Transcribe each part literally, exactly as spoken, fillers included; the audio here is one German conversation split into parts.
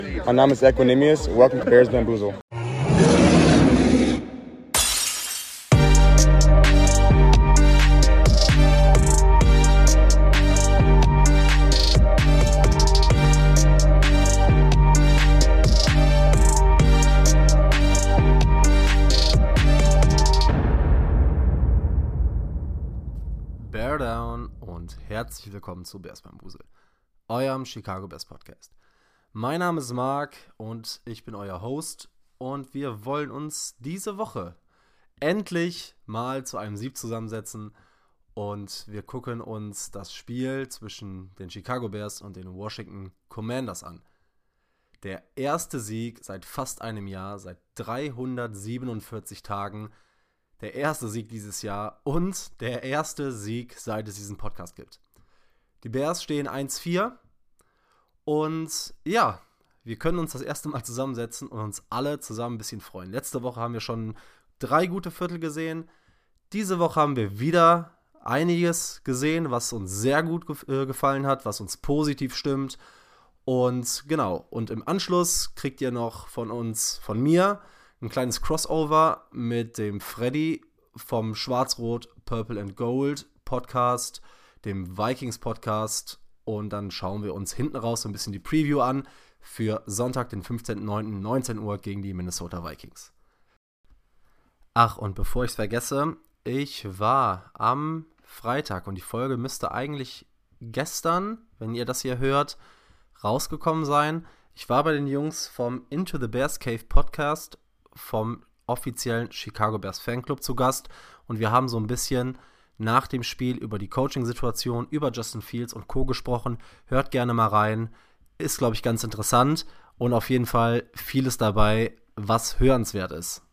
Mein Name ist Equinemius. Welcome to Bears Bamboozle. Bear down und herzlich willkommen zu Bears Bamboozle, eurem Chicago Bears Podcast. Mein Name ist Marc und ich bin euer Host und wir wollen uns diese Woche endlich mal zu einem Sieg zusammensetzen und wir gucken uns das Spiel zwischen den Chicago Bears und den Washington Commanders an. Der erste Sieg seit fast einem Jahr, seit dreihundertsiebenundvierzig Tagen, der erste Sieg dieses Jahr und der erste Sieg, seit es diesen Podcast gibt. Die Bears stehen eins vier und ja, wir können uns das erste Mal zusammensetzen und uns alle zusammen ein bisschen freuen. Letzte Woche haben wir schon drei gute Viertel gesehen. Diese Woche haben wir wieder einiges gesehen, was uns sehr gut ge- äh, gefallen hat, was uns positiv stimmt. Und genau, und im Anschluss kriegt ihr noch von uns, von mir, ein kleines Crossover mit dem Freddy vom Schwarz-Rot Purple and Gold Podcast, dem Vikings Podcast. Und dann schauen wir uns hinten raus so ein bisschen die Preview an für Sonntag, den fünfzehnten neunten neunzehn Uhr gegen die Minnesota Vikings. Ach, und bevor ich es vergesse, ich war am Freitag und die Folge müsste eigentlich gestern, wenn ihr das hier hört, rausgekommen sein. Ich war bei den Jungs vom Into the Bears Cave Podcast vom offiziellen Chicago Bears Fanclub zu Gast und wir haben so ein bisschen nach dem Spiel über die Coaching-Situation, über Justin Fields und Co. gesprochen. Hört gerne mal rein. Ist, glaube ich, ganz interessant und auf jeden Fall vieles dabei, was hörenswert ist.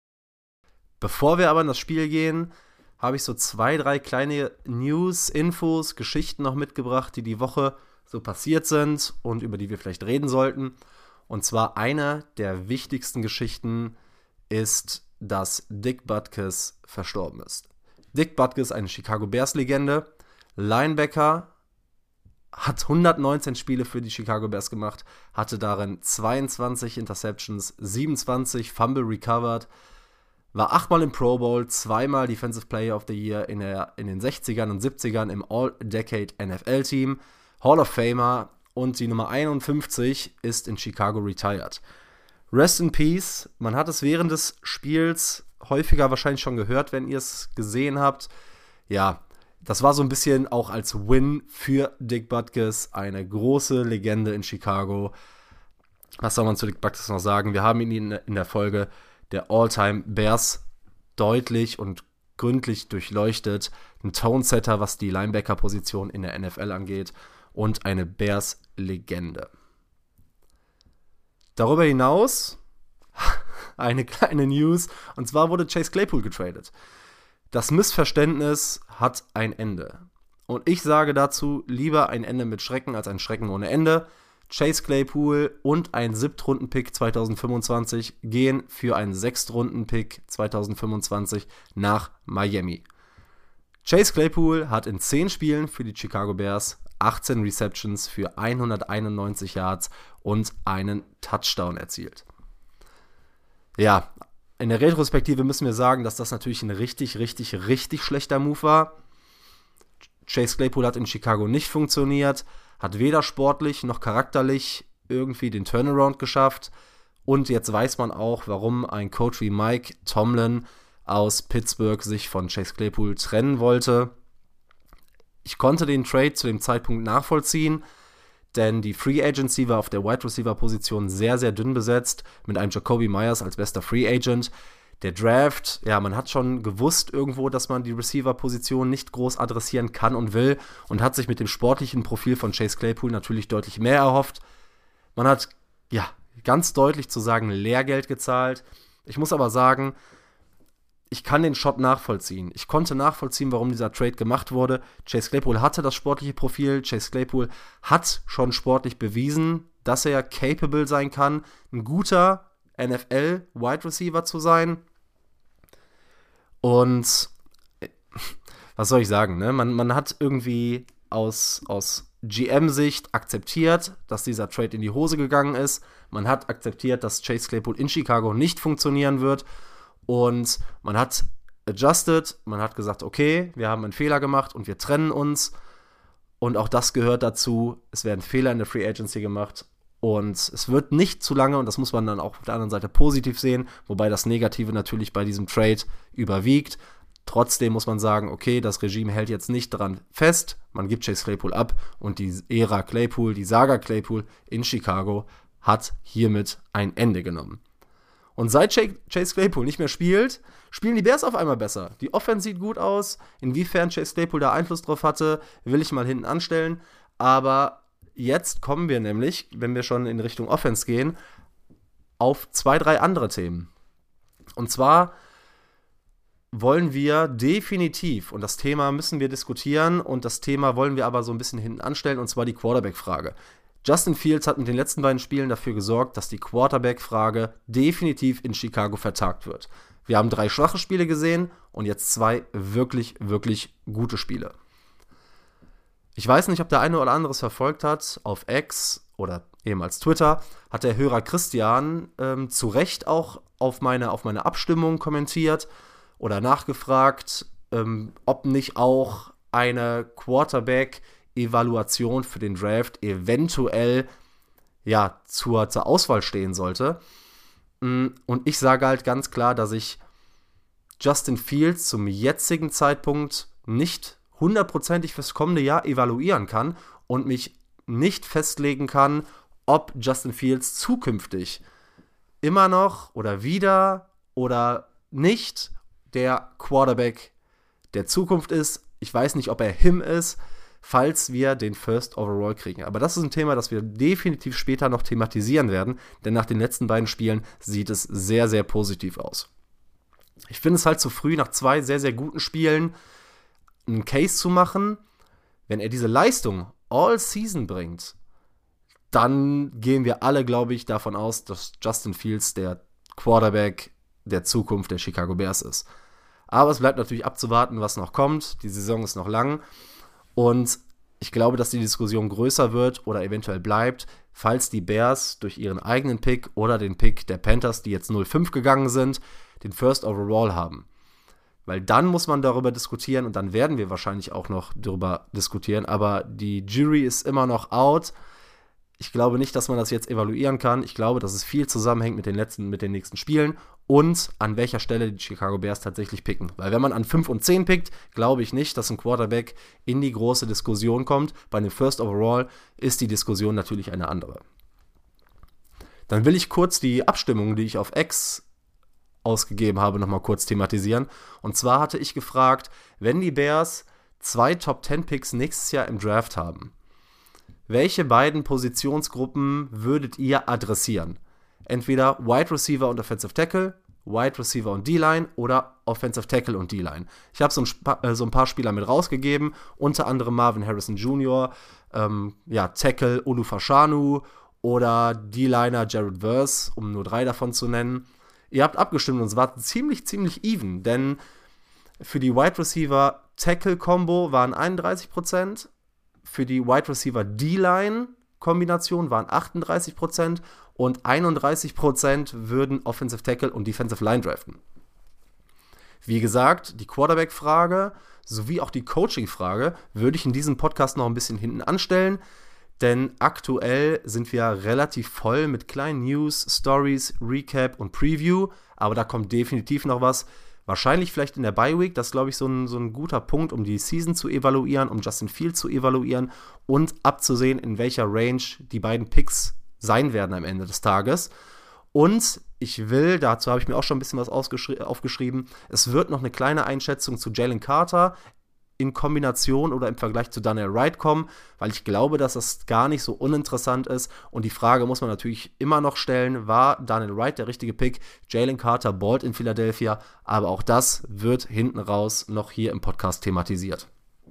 Bevor wir aber in das Spiel gehen, habe ich so zwei, drei kleine News, Infos, Geschichten noch mitgebracht, die die Woche so passiert sind und über die wir vielleicht reden sollten. Und zwar eine der wichtigsten Geschichten ist, dass Dick Butkus verstorben ist. Dick Butkus, eine Chicago Bears-Legende, Linebacker, hat hundertneunzehn Spiele für die Chicago Bears gemacht, hatte darin zweiundzwanzig Interceptions, siebenundzwanzig Fumble recovered, war achtmal im Pro Bowl, zweimal Defensive Player of the Year in, der, in den sechzigern und siebzigern im All-Decade N F L-Team, Hall of Famer und die Nummer einundfünfzig ist in Chicago retired. Rest in Peace, man hat es während des Spiels häufiger wahrscheinlich schon gehört, wenn ihr es gesehen habt. Ja, das war so ein bisschen auch als Win für Dick Butkus, eine große Legende in Chicago. Was soll man zu Dick Butkus noch sagen? Wir haben ihn in der Folge der All-Time Bears deutlich und gründlich durchleuchtet. Ein Tonesetter, was die Linebacker-Position in der N F L angeht und eine Bears-Legende. Darüber hinaus eine kleine News, und zwar wurde Chase Claypool getradet. Das Missverständnis hat ein Ende. Und ich sage dazu, lieber ein Ende mit Schrecken als ein Schrecken ohne Ende. Chase Claypool und ein Siebtrunden-Pick zwanzig fünfundzwanzig gehen für einen Sechstrunden-Pick zwanzig fünfundzwanzig nach Miami. Chase Claypool hat in zehn Spielen für die Chicago Bears achtzehn Receptions für hunderteinundneunzig Yards und einen Touchdown erzielt. Ja, in der Retrospektive müssen wir sagen, dass das natürlich ein richtig, richtig, richtig schlechter Move war. Chase Claypool hat in Chicago nicht funktioniert, hat weder sportlich noch charakterlich irgendwie den Turnaround geschafft. Und jetzt weiß man auch, warum ein Coach wie Mike Tomlin aus Pittsburgh sich von Chase Claypool trennen wollte. Ich konnte den Trade zu dem Zeitpunkt nachvollziehen, denn die Free Agency war auf der Wide Receiver Position sehr, sehr dünn besetzt, mit einem Jacoby Myers als bester Free Agent. Der Draft, ja, man hat schon gewusst irgendwo, dass man die Receiver-Position nicht groß adressieren kann und will und hat sich mit dem sportlichen Profil von Chase Claypool natürlich deutlich mehr erhofft. Man hat, ja, ganz deutlich zu sagen, Lehrgeld gezahlt. Ich muss aber sagen, ich kann den Shot nachvollziehen. Ich konnte nachvollziehen, warum dieser Trade gemacht wurde. Chase Claypool hatte das sportliche Profil. Chase Claypool hat schon sportlich bewiesen, dass er capable sein kann, ein guter N F L-Wide Receiver zu sein. Und was soll ich sagen, ne? Man, man hat irgendwie aus, aus G M-Sicht akzeptiert, dass dieser Trade in die Hose gegangen ist. Man hat akzeptiert, dass Chase Claypool in Chicago nicht funktionieren wird. Und man hat adjusted, man hat gesagt, okay, wir haben einen Fehler gemacht und wir trennen uns. Und auch das gehört dazu. Es werden Fehler in der Free Agency gemacht. Und es wird nicht zu lange, und das muss man dann auch auf der anderen Seite positiv sehen, wobei das Negative natürlich bei diesem Trade überwiegt. Trotzdem muss man sagen, okay, das Regime hält jetzt nicht daran fest, man gibt Chase Claypool ab und die Ära Claypool, die Saga Claypool in Chicago hat hiermit ein Ende genommen. Und seit Chase Claypool nicht mehr spielt, spielen die Bears auf einmal besser. Die Offense sieht gut aus. Inwiefern Chase Claypool da Einfluss drauf hatte, will ich mal hinten anstellen. Aber jetzt kommen wir nämlich, wenn wir schon in Richtung Offense gehen, auf zwei, drei andere Themen. Und zwar wollen wir definitiv, und das Thema müssen wir diskutieren, und das Thema wollen wir aber so ein bisschen hinten anstellen, und zwar die Quarterback-Frage. Justin Fields hat mit den letzten beiden Spielen dafür gesorgt, dass die Quarterback-Frage definitiv in Chicago vertagt wird. Wir haben drei schwache Spiele gesehen und jetzt zwei wirklich, wirklich gute Spiele. Ich weiß nicht, ob der eine oder andere es verfolgt hat. Auf X oder ehemals Twitter hat der Hörer Christian ähm, zu Recht auch auf meine, auf meine Abstimmung kommentiert oder nachgefragt, ähm, ob nicht auch eine Quarterback-Evaluation für den Draft eventuell ja, zur, zur Auswahl stehen sollte. Und ich sage halt ganz klar, dass ich Justin Fields zum jetzigen Zeitpunkt nicht hundertprozentig fürs kommende Jahr evaluieren kann und mich nicht festlegen kann, ob Justin Fields zukünftig immer noch oder wieder oder nicht der Quarterback der Zukunft ist. Ich weiß nicht, ob er him ist, falls wir den First Overall kriegen. Aber das ist ein Thema, das wir definitiv später noch thematisieren werden, denn nach den letzten beiden Spielen sieht es sehr, sehr positiv aus. Ich finde es halt zu früh, nach zwei sehr, sehr guten Spielen einen Case zu machen. Wenn er diese Leistung all season bringt, dann gehen wir alle, glaube ich, davon aus, dass Justin Fields der Quarterback der Zukunft der Chicago Bears ist. Aber es bleibt natürlich abzuwarten, was noch kommt. Die Saison ist noch lang. Und ich glaube, dass die Diskussion größer wird oder eventuell bleibt, falls die Bears durch ihren eigenen Pick oder den Pick der Panthers, die jetzt null fünf gegangen sind, den First Overall haben. Weil dann muss man darüber diskutieren und dann werden wir wahrscheinlich auch noch darüber diskutieren. Aber die Jury ist immer noch out. Ich glaube nicht, dass man das jetzt evaluieren kann. Ich glaube, dass es viel zusammenhängt mit den letzten, mit den nächsten Spielen und an welcher Stelle die Chicago Bears tatsächlich picken. Weil wenn man an fünf und zehn pickt, glaube ich nicht, dass ein Quarterback in die große Diskussion kommt. Bei dem First Overall ist die Diskussion natürlich eine andere. Dann will ich kurz die Abstimmung, die ich auf X ausgegeben habe, nochmal kurz thematisieren. Und zwar hatte ich gefragt, wenn die Bears zwei Top zehn Picks nächstes Jahr im Draft haben, welche beiden Positionsgruppen würdet ihr adressieren? Entweder Wide Receiver und Offensive Tackle, Wide Receiver und D-Line oder Offensive Tackle und D-Line. Ich habe so, äh, so ein paar Spieler mit rausgegeben, unter anderem Marvin Harrison Junior, ähm, ja, Tackle Olu Fashanu oder D-Liner Jared Verse, um nur drei davon zu nennen. Ihr habt abgestimmt und es war ziemlich, ziemlich even, denn für die Wide Receiver Tackle Combo waren einunddreißig Prozent, für die Wide Receiver D-Line Kombination waren achtunddreißig Prozent und einunddreißig Prozent würden Offensive Tackle und Defensive Line draften. Wie gesagt, die Quarterback-Frage sowie auch die Coaching-Frage würde ich in diesem Podcast noch ein bisschen hinten anstellen, denn aktuell sind wir relativ voll mit kleinen News, Stories, Recap und Preview, aber da kommt definitiv noch was. Wahrscheinlich vielleicht in der Bye-Week, das ist, glaube ich, so ein, so ein guter Punkt, um die Season zu evaluieren, um Justin Fields zu evaluieren und abzusehen, in welcher Range die beiden Picks sein werden am Ende des Tages. Und ich will, dazu habe ich mir auch schon ein bisschen was aufgeschrieben, es wird noch eine kleine Einschätzung zu Jalen Carter in Kombination oder im Vergleich zu Daniel Wright kommen, weil ich glaube, dass das gar nicht so uninteressant ist. Und die Frage muss man natürlich immer noch stellen, war Daniel Wright der richtige Pick? Jalen Carter ballt in Philadelphia, aber auch das wird hinten raus noch hier im Podcast thematisiert.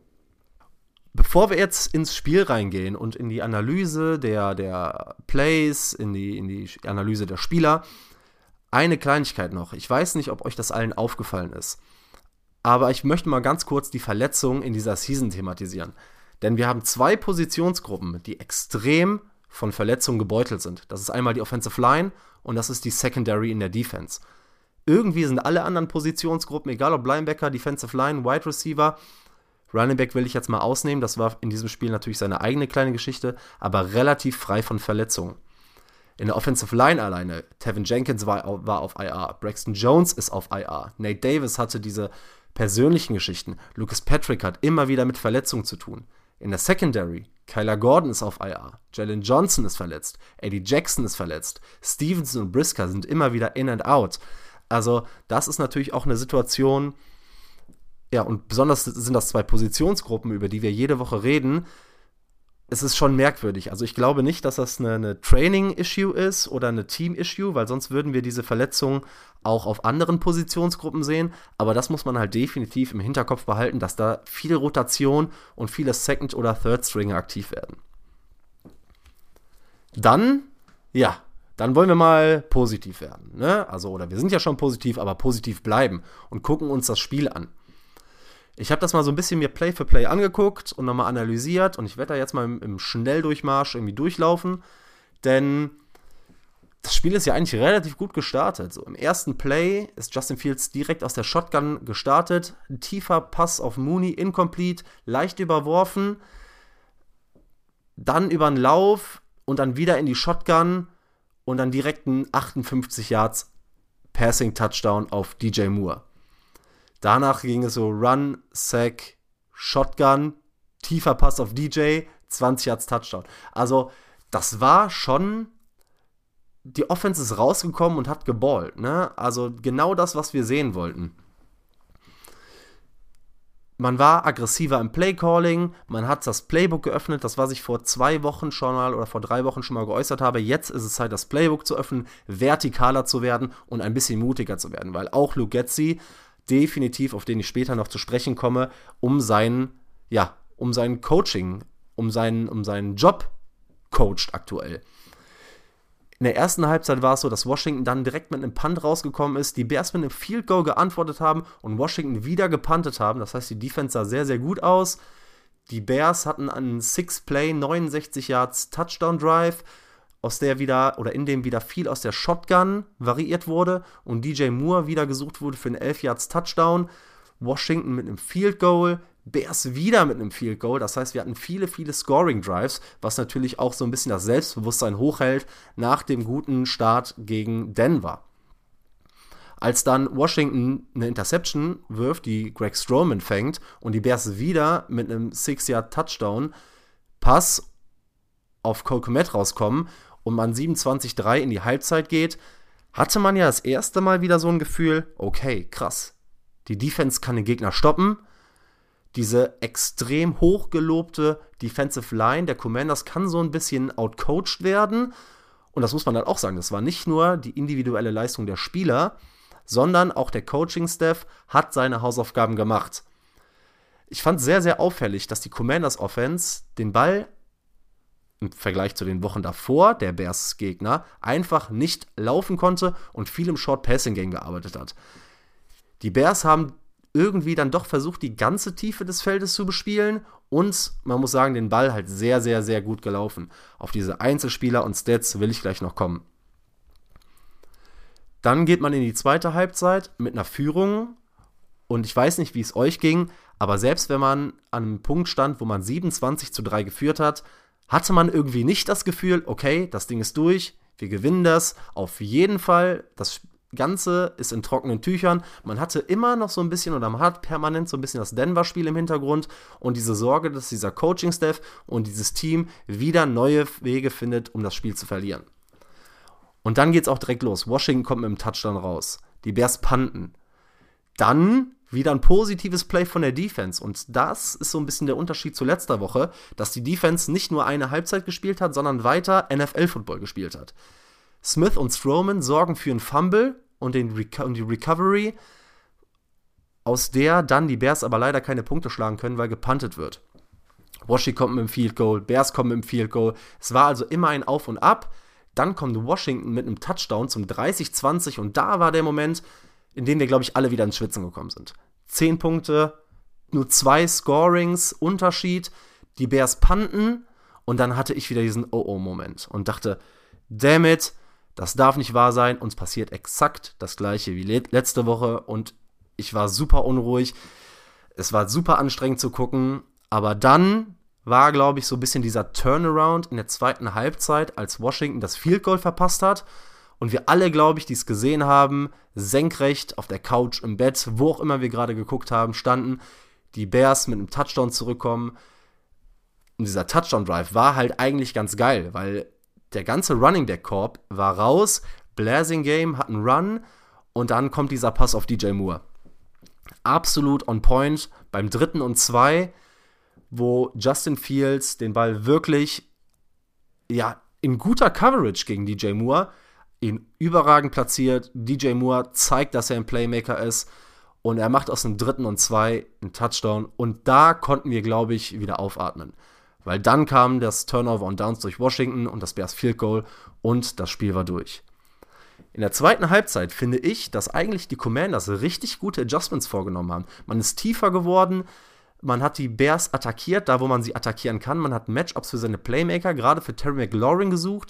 Bevor wir jetzt ins Spiel reingehen und in die Analyse der, der Plays, in die, in die Analyse der Spieler, eine Kleinigkeit noch. Ich weiß nicht, ob euch das allen aufgefallen ist. Aber ich möchte mal ganz kurz die Verletzung in dieser Season thematisieren. Denn wir haben zwei Positionsgruppen, die extrem von Verletzungen gebeutelt sind. Das ist einmal die Offensive Line und das ist die Secondary in der Defense. Irgendwie sind alle anderen Positionsgruppen, egal ob Linebacker, Defensive Line, Wide Receiver, Running Back will ich jetzt mal ausnehmen, das war in diesem Spiel natürlich seine eigene kleine Geschichte, aber relativ frei von Verletzungen. In der Offensive Line alleine, Tevin Jenkins war, war auf I R, Braxton Jones ist auf I R, Nate Davis hatte diese persönlichen Geschichten, Lucas Patrick hat immer wieder mit Verletzungen zu tun. In der Secondary, Kyler Gordon ist auf I R, Jalen Johnson ist verletzt, Eddie Jackson ist verletzt, Stevenson und Brisker sind immer wieder in and out. Also das ist natürlich auch eine Situation, ja, und besonders sind das zwei Positionsgruppen, über die wir jede Woche reden. Es ist schon merkwürdig. Also ich glaube nicht, dass das eine, eine Training-Issue ist oder eine Team-Issue, weil sonst würden wir diese Verletzungen auch auf anderen Positionsgruppen sehen. Aber das muss man halt definitiv im Hinterkopf behalten, dass da viel Rotation und viele Second- oder Third-Stringer aktiv werden. Dann, ja, dann wollen wir mal positiv werden. Ne? Also, oder wir sind ja schon positiv, aber positiv bleiben und gucken uns das Spiel an. Ich habe das mal so ein bisschen mir Play für Play angeguckt und nochmal analysiert und ich werde da jetzt mal im, im Schnelldurchmarsch irgendwie durchlaufen, denn das Spiel ist ja eigentlich relativ gut gestartet. So, im ersten Play ist Justin Fields direkt aus der Shotgun gestartet, ein tiefer Pass auf Mooney, incomplete, leicht überworfen, dann über den Lauf und dann wieder in die Shotgun und dann direkt ein achtundfünfzig Yards Passing Touchdown auf D J Moore. Danach ging es so Run, Sack, Shotgun, tiefer Pass auf D J, zwanzig Yards Touchdown. Also das war schon, die Offense ist rausgekommen und hat geballt. Ne? Also genau das, was wir sehen wollten. Man war aggressiver im Playcalling, man hat das Playbook geöffnet, das, was ich vor zwei Wochen schon mal oder vor drei Wochen schon mal geäußert habe. Jetzt ist es Zeit, das Playbook zu öffnen, vertikaler zu werden und ein bisschen mutiger zu werden, weil auch Luke Getsy, definitiv, auf den ich später noch zu sprechen komme, um sein, ja, um sein Coaching, um seinen, um seinen Job coacht aktuell. In der ersten Halbzeit war es so, dass Washington dann direkt mit einem Punt rausgekommen ist, die Bears mit einem Field Goal geantwortet haben und Washington wieder gepuntet haben. Das heißt, die Defense sah sehr, sehr gut aus. Die Bears hatten einen Six-Play, neunundsechzig Yards Touchdown-Drive, aus der wieder, oder in dem wieder viel aus der Shotgun variiert wurde und D J Moore wieder gesucht wurde für einen elf Yards Touchdown. Washington mit einem Field Goal, Bears wieder mit einem Field Goal. Das heißt, wir hatten viele, viele Scoring Drives, was natürlich auch so ein bisschen das Selbstbewusstsein hochhält nach dem guten Start gegen Denver. Als dann Washington eine Interception wirft, die Greg Stroman fängt und die Bears wieder mit einem six Yard Touchdown Pass auf Cole Kmet rauskommen und man siebenundzwanzig drei in die Halbzeit geht, hatte man ja das erste Mal wieder so ein Gefühl, okay, krass, die Defense kann den Gegner stoppen, diese extrem hochgelobte Defensive Line der Commanders kann so ein bisschen outcoached werden und das muss man dann auch sagen, das war nicht nur die individuelle Leistung der Spieler, sondern auch der Coaching-Staff hat seine Hausaufgaben gemacht. Ich fand sehr, sehr auffällig, dass die Commanders Offense den Ball im Vergleich zu den Wochen davor, der Bears-Gegner, einfach nicht laufen konnte und viel im Short-Passing-Game gearbeitet hat. Die Bears haben irgendwie dann doch versucht, die ganze Tiefe des Feldes zu bespielen und, man muss sagen, den Ball halt sehr, sehr, sehr gut gelaufen. Auf diese Einzelspieler und Stats will ich gleich noch kommen. Dann geht man in die zweite Halbzeit mit einer Führung und ich weiß nicht, wie es euch ging, aber selbst wenn man an einem Punkt stand, wo man siebenundzwanzig zu drei geführt hat, hatte man irgendwie nicht das Gefühl, okay, das Ding ist durch, wir gewinnen das, auf jeden Fall, das Ganze ist in trockenen Tüchern. Man hatte immer noch so ein bisschen, oder man hat permanent so ein bisschen das Denver-Spiel im Hintergrund und diese Sorge, dass dieser Coaching-Staff und dieses Team wieder neue Wege findet, um das Spiel zu verlieren. Und dann geht's auch direkt los. Washington kommt mit dem Touchdown raus. Die Bears punten. Dann wieder ein positives Play von der Defense. Und das ist so ein bisschen der Unterschied zu letzter Woche, dass die Defense nicht nur eine Halbzeit gespielt hat, sondern weiter N F L-Football gespielt hat. Smith und Stroman sorgen für einen Fumble und, den Reco- und die Recovery, aus der dann die Bears aber leider keine Punkte schlagen können, weil gepuntet wird. Washington kommt mit dem Field Goal, Bears kommen mit dem Field Goal. Es war also immer ein Auf und Ab. Dann kommt Washington mit einem Touchdown zum dreißig zwanzig und da war der Moment, in dem wir, glaube ich, alle wieder ins Schwitzen gekommen sind. Zehn Punkte, nur zwei Scorings, Unterschied. die Bears punten und dann hatte ich wieder diesen Oh-Oh-Moment und dachte, damn it, das darf nicht wahr sein, uns passiert exakt das gleiche wie le- letzte Woche und ich war super unruhig, es war super anstrengend zu gucken, aber dann war, glaube ich, so ein bisschen dieser Turnaround in der zweiten Halbzeit, als Washington das Field Goal verpasst hat und wir alle, glaube ich, die es gesehen haben, senkrecht auf der Couch, im Bett, wo auch immer wir gerade geguckt haben, standen, die Bears mit einem Touchdown zurückkommen. Und dieser Touchdown-Drive war halt eigentlich ganz geil, weil der ganze Running-Back-Korb war raus, Blasingame hat einen Run und dann kommt dieser Pass auf D J Moore. Absolut on point beim dritten und zwei, wo Justin Fields den Ball wirklich ja, in guter Coverage gegen D J Moore ihn überragend platziert. D J Moore zeigt, dass er ein Playmaker ist und er macht aus einem dritten und zwei einen Touchdown und da konnten wir, glaube ich, wieder aufatmen. Weil dann kam das Turnover und Downs durch Washington und das Bears Field Goal und das Spiel war durch. In der zweiten Halbzeit finde ich, dass eigentlich die Commanders richtig gute Adjustments vorgenommen haben. Man ist tiefer geworden, man hat die Bears attackiert, da wo man sie attackieren kann. Man hat Matchups für seine Playmaker, gerade für Terry McLaurin gesucht.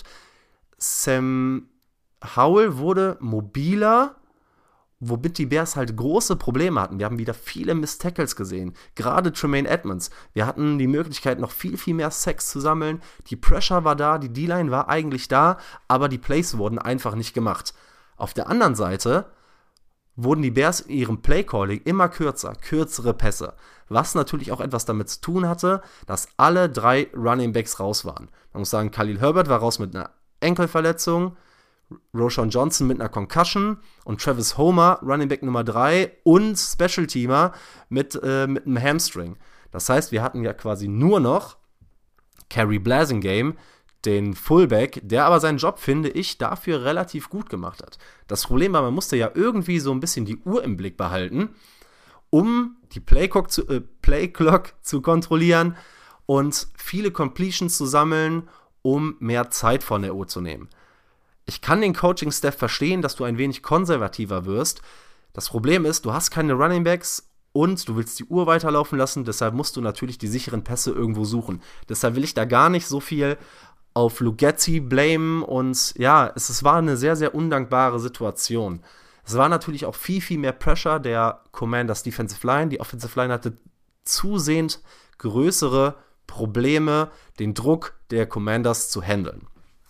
Sam Howell wurde mobiler, womit die Bears halt große Probleme hatten. Wir haben wieder viele Missed Tackles gesehen, gerade Tremaine Edmonds. Wir hatten die Möglichkeit, noch viel, viel mehr Sacks zu sammeln. Die Pressure war da, die D-Line war eigentlich da, aber die Plays wurden einfach nicht gemacht. Auf der anderen Seite wurden die Bears in ihrem Playcalling immer kürzer, kürzere Pässe, was natürlich auch etwas damit zu tun hatte, dass alle drei Running Backs raus waren. Man muss sagen, Khalil Herbert war raus mit einer Enkelverletzung, Roschon Johnson mit einer Concussion und Travis Homer, Running Back Nummer drei und Special Teamer mit, äh, mit einem Hamstring. Das heißt, wir hatten ja quasi nur noch Kerry Blasingame, den Fullback, der aber seinen Job, finde ich, dafür relativ gut gemacht hat. Das Problem war, man musste ja irgendwie so ein bisschen die Uhr im Blick behalten, um die Playclock zu, äh, Playclock zu kontrollieren und viele Completions zu sammeln, um mehr Zeit von der Uhr zu nehmen. Ich kann den Coaching-Staff verstehen, dass du ein wenig konservativer wirst. Das Problem ist, du hast keine Runningbacks und du willst die Uhr weiterlaufen lassen, deshalb musst du natürlich die sicheren Pässe irgendwo suchen. Deshalb will ich da gar nicht so viel auf Lugetti blamen und ja, es, es war eine sehr, sehr undankbare Situation. Es war natürlich auch viel, viel mehr Pressure der Commanders Defensive Line. Die Offensive Line hatte zusehends größere Probleme, den Druck der Commanders zu handeln.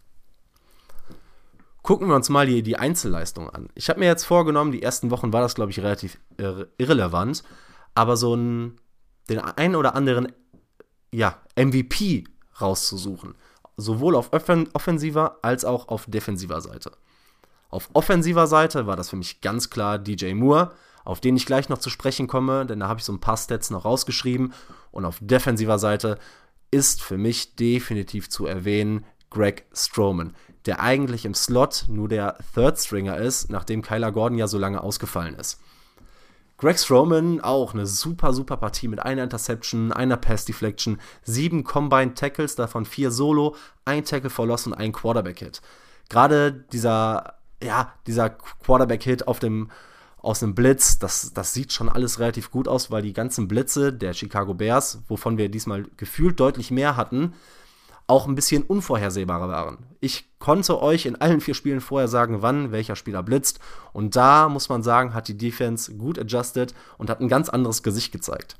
Gucken wir uns mal die, die Einzelleistung an. Ich habe mir jetzt vorgenommen, die ersten Wochen war das, glaube ich, relativ irre- irrelevant, aber so einen, den einen oder anderen ja, M V P rauszusuchen. Sowohl auf offen- offensiver als auch auf defensiver Seite. Auf offensiver Seite war das für mich ganz klar D J Moore, auf den ich gleich noch zu sprechen komme, denn da habe ich so ein paar Stats noch rausgeschrieben. Und auf defensiver Seite ist für mich definitiv zu erwähnen Greg Stroman, der eigentlich im Slot nur der Third Stringer ist, nachdem Kyler Gordon ja so lange ausgefallen ist. Greg Stroman auch eine super, super Partie mit einer Interception, einer Pass-Deflection, sieben Combined Tackles, davon vier Solo, ein Tackle for Loss und ein Quarterback-Hit. Gerade dieser, ja, dieser Quarterback-Hit auf dem, aus dem Blitz, das, das sieht schon alles relativ gut aus, weil die ganzen Blitze der Chicago Bears, wovon wir diesmal gefühlt deutlich mehr hatten, auch ein bisschen unvorhersehbarer waren. Ich konnte euch in allen vier Spielen vorher sagen, wann welcher Spieler blitzt. Und da, muss man sagen, hat die Defense gut adjusted und hat ein ganz anderes Gesicht gezeigt.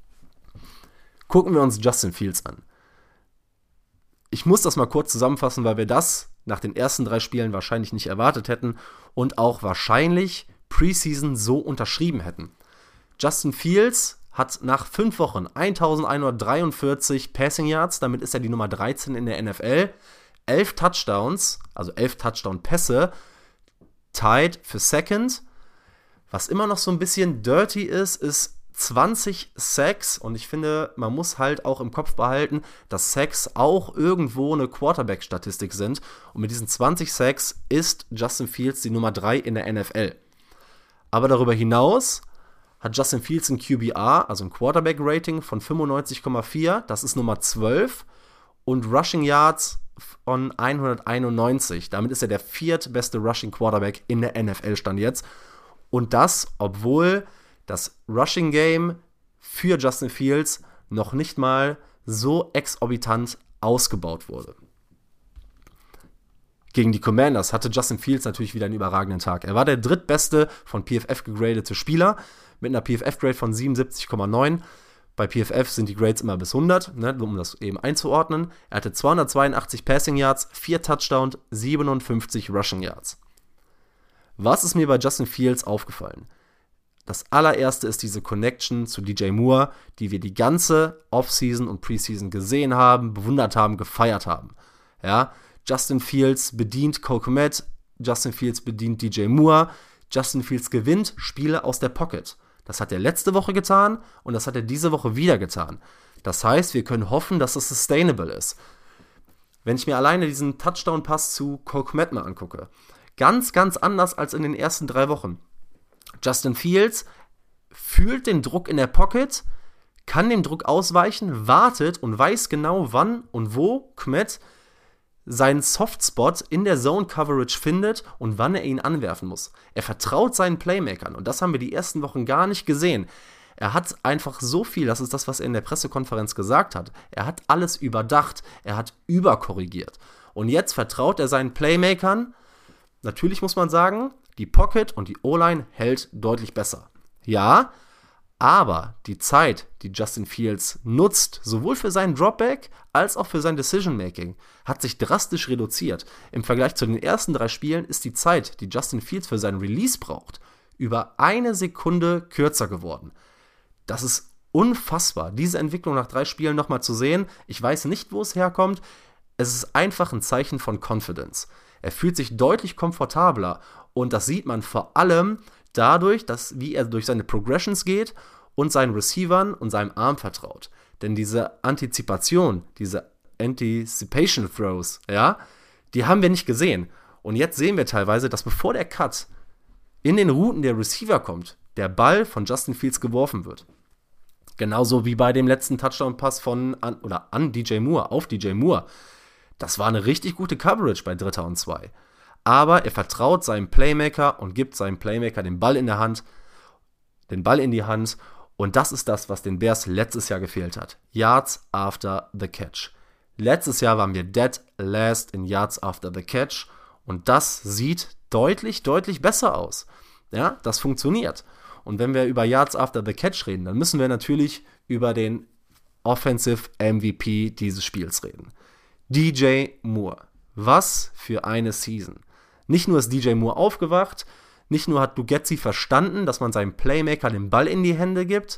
Gucken wir uns Justin Fields an. Ich muss das mal kurz zusammenfassen, weil wir das nach den ersten drei Spielen wahrscheinlich nicht erwartet hätten und auch wahrscheinlich Preseason so unterschrieben hätten. Justin Fields hat nach fünf Wochen elfhundertdreiundvierzig Passing Yards, damit ist er die Nummer dreizehn in der N F L, elf Touchdowns, also elf Touchdown-Pässe, tied für Second. Was immer noch so ein bisschen dirty ist, ist zwanzig Sacks und ich finde, man muss halt auch im Kopf behalten, dass Sacks auch irgendwo eine Quarterback-Statistik sind und mit diesen zwanzig Sacks ist Justin Fields die Nummer drei in der N F L. Aber darüber hinaus hat Justin Fields ein Q B R, also ein Quarterback-Rating von fünfundneunzig Komma vier, das ist Nummer zwölf, und Rushing Yards von hunderteinundneunzig. Damit ist er der viertbeste Rushing Quarterback in der N F L Stand jetzt. Und das, obwohl das Rushing Game für Justin Fields noch nicht mal so exorbitant ausgebaut wurde. Gegen die Commanders hatte Justin Fields natürlich wieder einen überragenden Tag. Er war der drittbeste von P F F gegradete Spieler mit einer P F F-Grade von siebenundsiebzig Komma neun. Bei P F F sind die Grades immer bis hundert, ne, um das eben einzuordnen. Er hatte zweihundertzweiundachtzig Passing Yards, vier Touchdowns, siebenundfünfzig Rushing Yards. Was ist mir bei Justin Fields aufgefallen? Das allererste ist diese Connection zu D J Moore, die wir die ganze Offseason und Preseason gesehen haben, bewundert haben, gefeiert haben. Ja, Justin Fields bedient Cole Kmet, Justin Fields bedient D J Moore, Justin Fields gewinnt Spiele aus der Pocket. Das hat er letzte Woche getan und das hat er diese Woche wieder getan. Das heißt, wir können hoffen, dass es sustainable ist. Wenn ich mir alleine diesen Touchdown-Pass zu Cole Kmet mal angucke, ganz, ganz anders als in den ersten drei Wochen. Justin Fields fühlt den Druck in der Pocket, kann dem Druck ausweichen, wartet und weiß genau, wann und wo Kmet seinen Softspot in der Zone-Coverage findet und wann er ihn anwerfen muss. Er vertraut seinen Playmakern und das haben wir die ersten Wochen gar nicht gesehen. Er hat einfach so viel, das ist das, was er in der Pressekonferenz gesagt hat, er hat alles überdacht, er hat überkorrigiert. Und jetzt vertraut er seinen Playmakern. Natürlich muss man sagen, die Pocket und die O-Line hält deutlich besser. Ja, aber die Zeit, die Justin Fields nutzt, sowohl für seinen Dropback als auch für sein Decision-Making, hat sich drastisch reduziert. Im Vergleich zu den ersten drei Spielen ist die Zeit, die Justin Fields für seinen Release braucht, über eine Sekunde kürzer geworden. Das ist unfassbar, diese Entwicklung nach drei Spielen nochmal zu sehen. Ich weiß nicht, wo es herkommt. Es ist einfach ein Zeichen von Confidence. Er fühlt sich deutlich komfortabler und das sieht man vor allem dadurch, dass, wie er durch seine Progressions geht und seinen Receivern und seinem Arm vertraut. Denn diese Antizipation, diese Anticipation Throws, ja, die haben wir nicht gesehen. Und jetzt sehen wir teilweise, dass bevor der Cut in den Routen der Receiver kommt, der Ball von Justin Fields geworfen wird. Genauso wie bei dem letzten Touchdown-Pass von an, oder an D J Moore, auf D J Moore. Das war eine richtig gute Coverage bei Dritter und Zwei. Aber er vertraut seinem Playmaker und gibt seinem Playmaker den Ball in der Hand, den Ball in die Hand. Und das ist das, was den Bears letztes Jahr gefehlt hat. Yards after the catch. Letztes Jahr waren wir dead last in Yards after the catch. Und das sieht deutlich, deutlich besser aus. Ja, das funktioniert. Und wenn wir über Yards after the catch reden, dann müssen wir natürlich über den Offensive M V P dieses Spiels reden. D J Moore. Was für eine Season. Nicht nur ist D J Moore aufgewacht, nicht nur hat Lugetzi verstanden, dass man seinem Playmaker den Ball in die Hände gibt.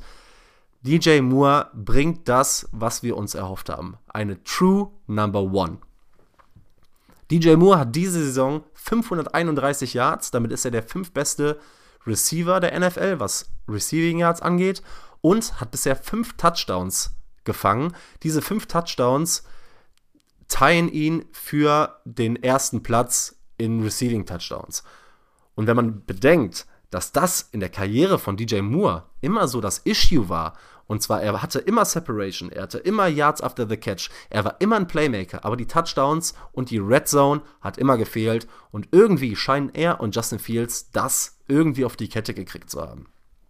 D J Moore bringt das, was wir uns erhofft haben. Eine True Number One. D J Moore hat diese Saison fünfhunderteinunddreißig Yards, damit ist er der fünftbeste Receiver der N F L, was Receiving Yards angeht, und hat bisher fünf Touchdowns gefangen. Diese fünf Touchdowns teilen ihn für den ersten Platz in Receiving Touchdowns. Und wenn man bedenkt, dass das in der Karriere von D J Moore immer so das Issue war, und zwar er hatte immer Separation, er hatte immer Yards after the catch, er war immer ein Playmaker, aber die Touchdowns und die Red Zone hat immer gefehlt und irgendwie scheinen er und Justin Fields das irgendwie auf die Kette gekriegt zu haben.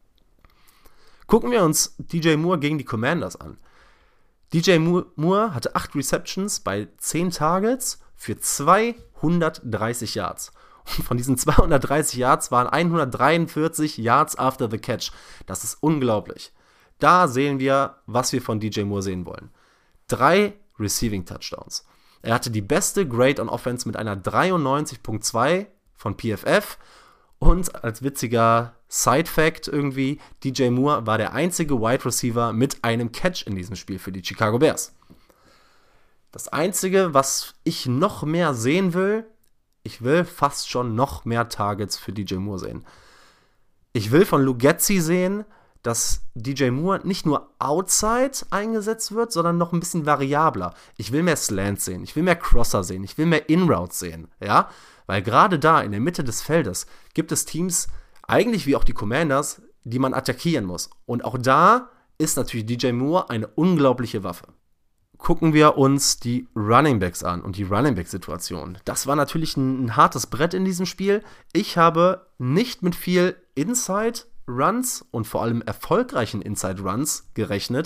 Gucken wir uns D J Moore gegen die Commanders an. D J Moore hatte acht Receptions bei zehn Targets für zweihundertdreißig Yards. Und von diesen zweihundertdreißig Yards waren hundertdreiundvierzig Yards after the catch. Das ist unglaublich. Da sehen wir, was wir von D J Moore sehen wollen. Drei Receiving Touchdowns. Er hatte die beste Grade on Offense mit einer dreiundneunzig Komma zwei von P F F. Und als witziger Side-Fact irgendwie, D J Moore war der einzige Wide Receiver mit einem Catch in diesem Spiel für die Chicago Bears. Das Einzige, was ich noch mehr sehen will, ich will fast schon noch mehr Targets für D J Moore sehen. Ich will von Lugetzi sehen, dass D J Moore nicht nur outside eingesetzt wird, sondern noch ein bisschen variabler. Ich will mehr Slants sehen, ich will mehr Crosser sehen, ich will mehr In-Routes sehen, ja? Weil gerade da in der Mitte des Feldes gibt es Teams, eigentlich wie auch die Commanders, die man attackieren muss. Und auch da ist natürlich D J Moore eine unglaubliche Waffe. Gucken wir uns die Running Backs an und die Running Back-Situation. Das war natürlich ein, ein hartes Brett in diesem Spiel. Ich habe nicht mit viel Inside-Runs und vor allem erfolgreichen Inside-Runs gerechnet.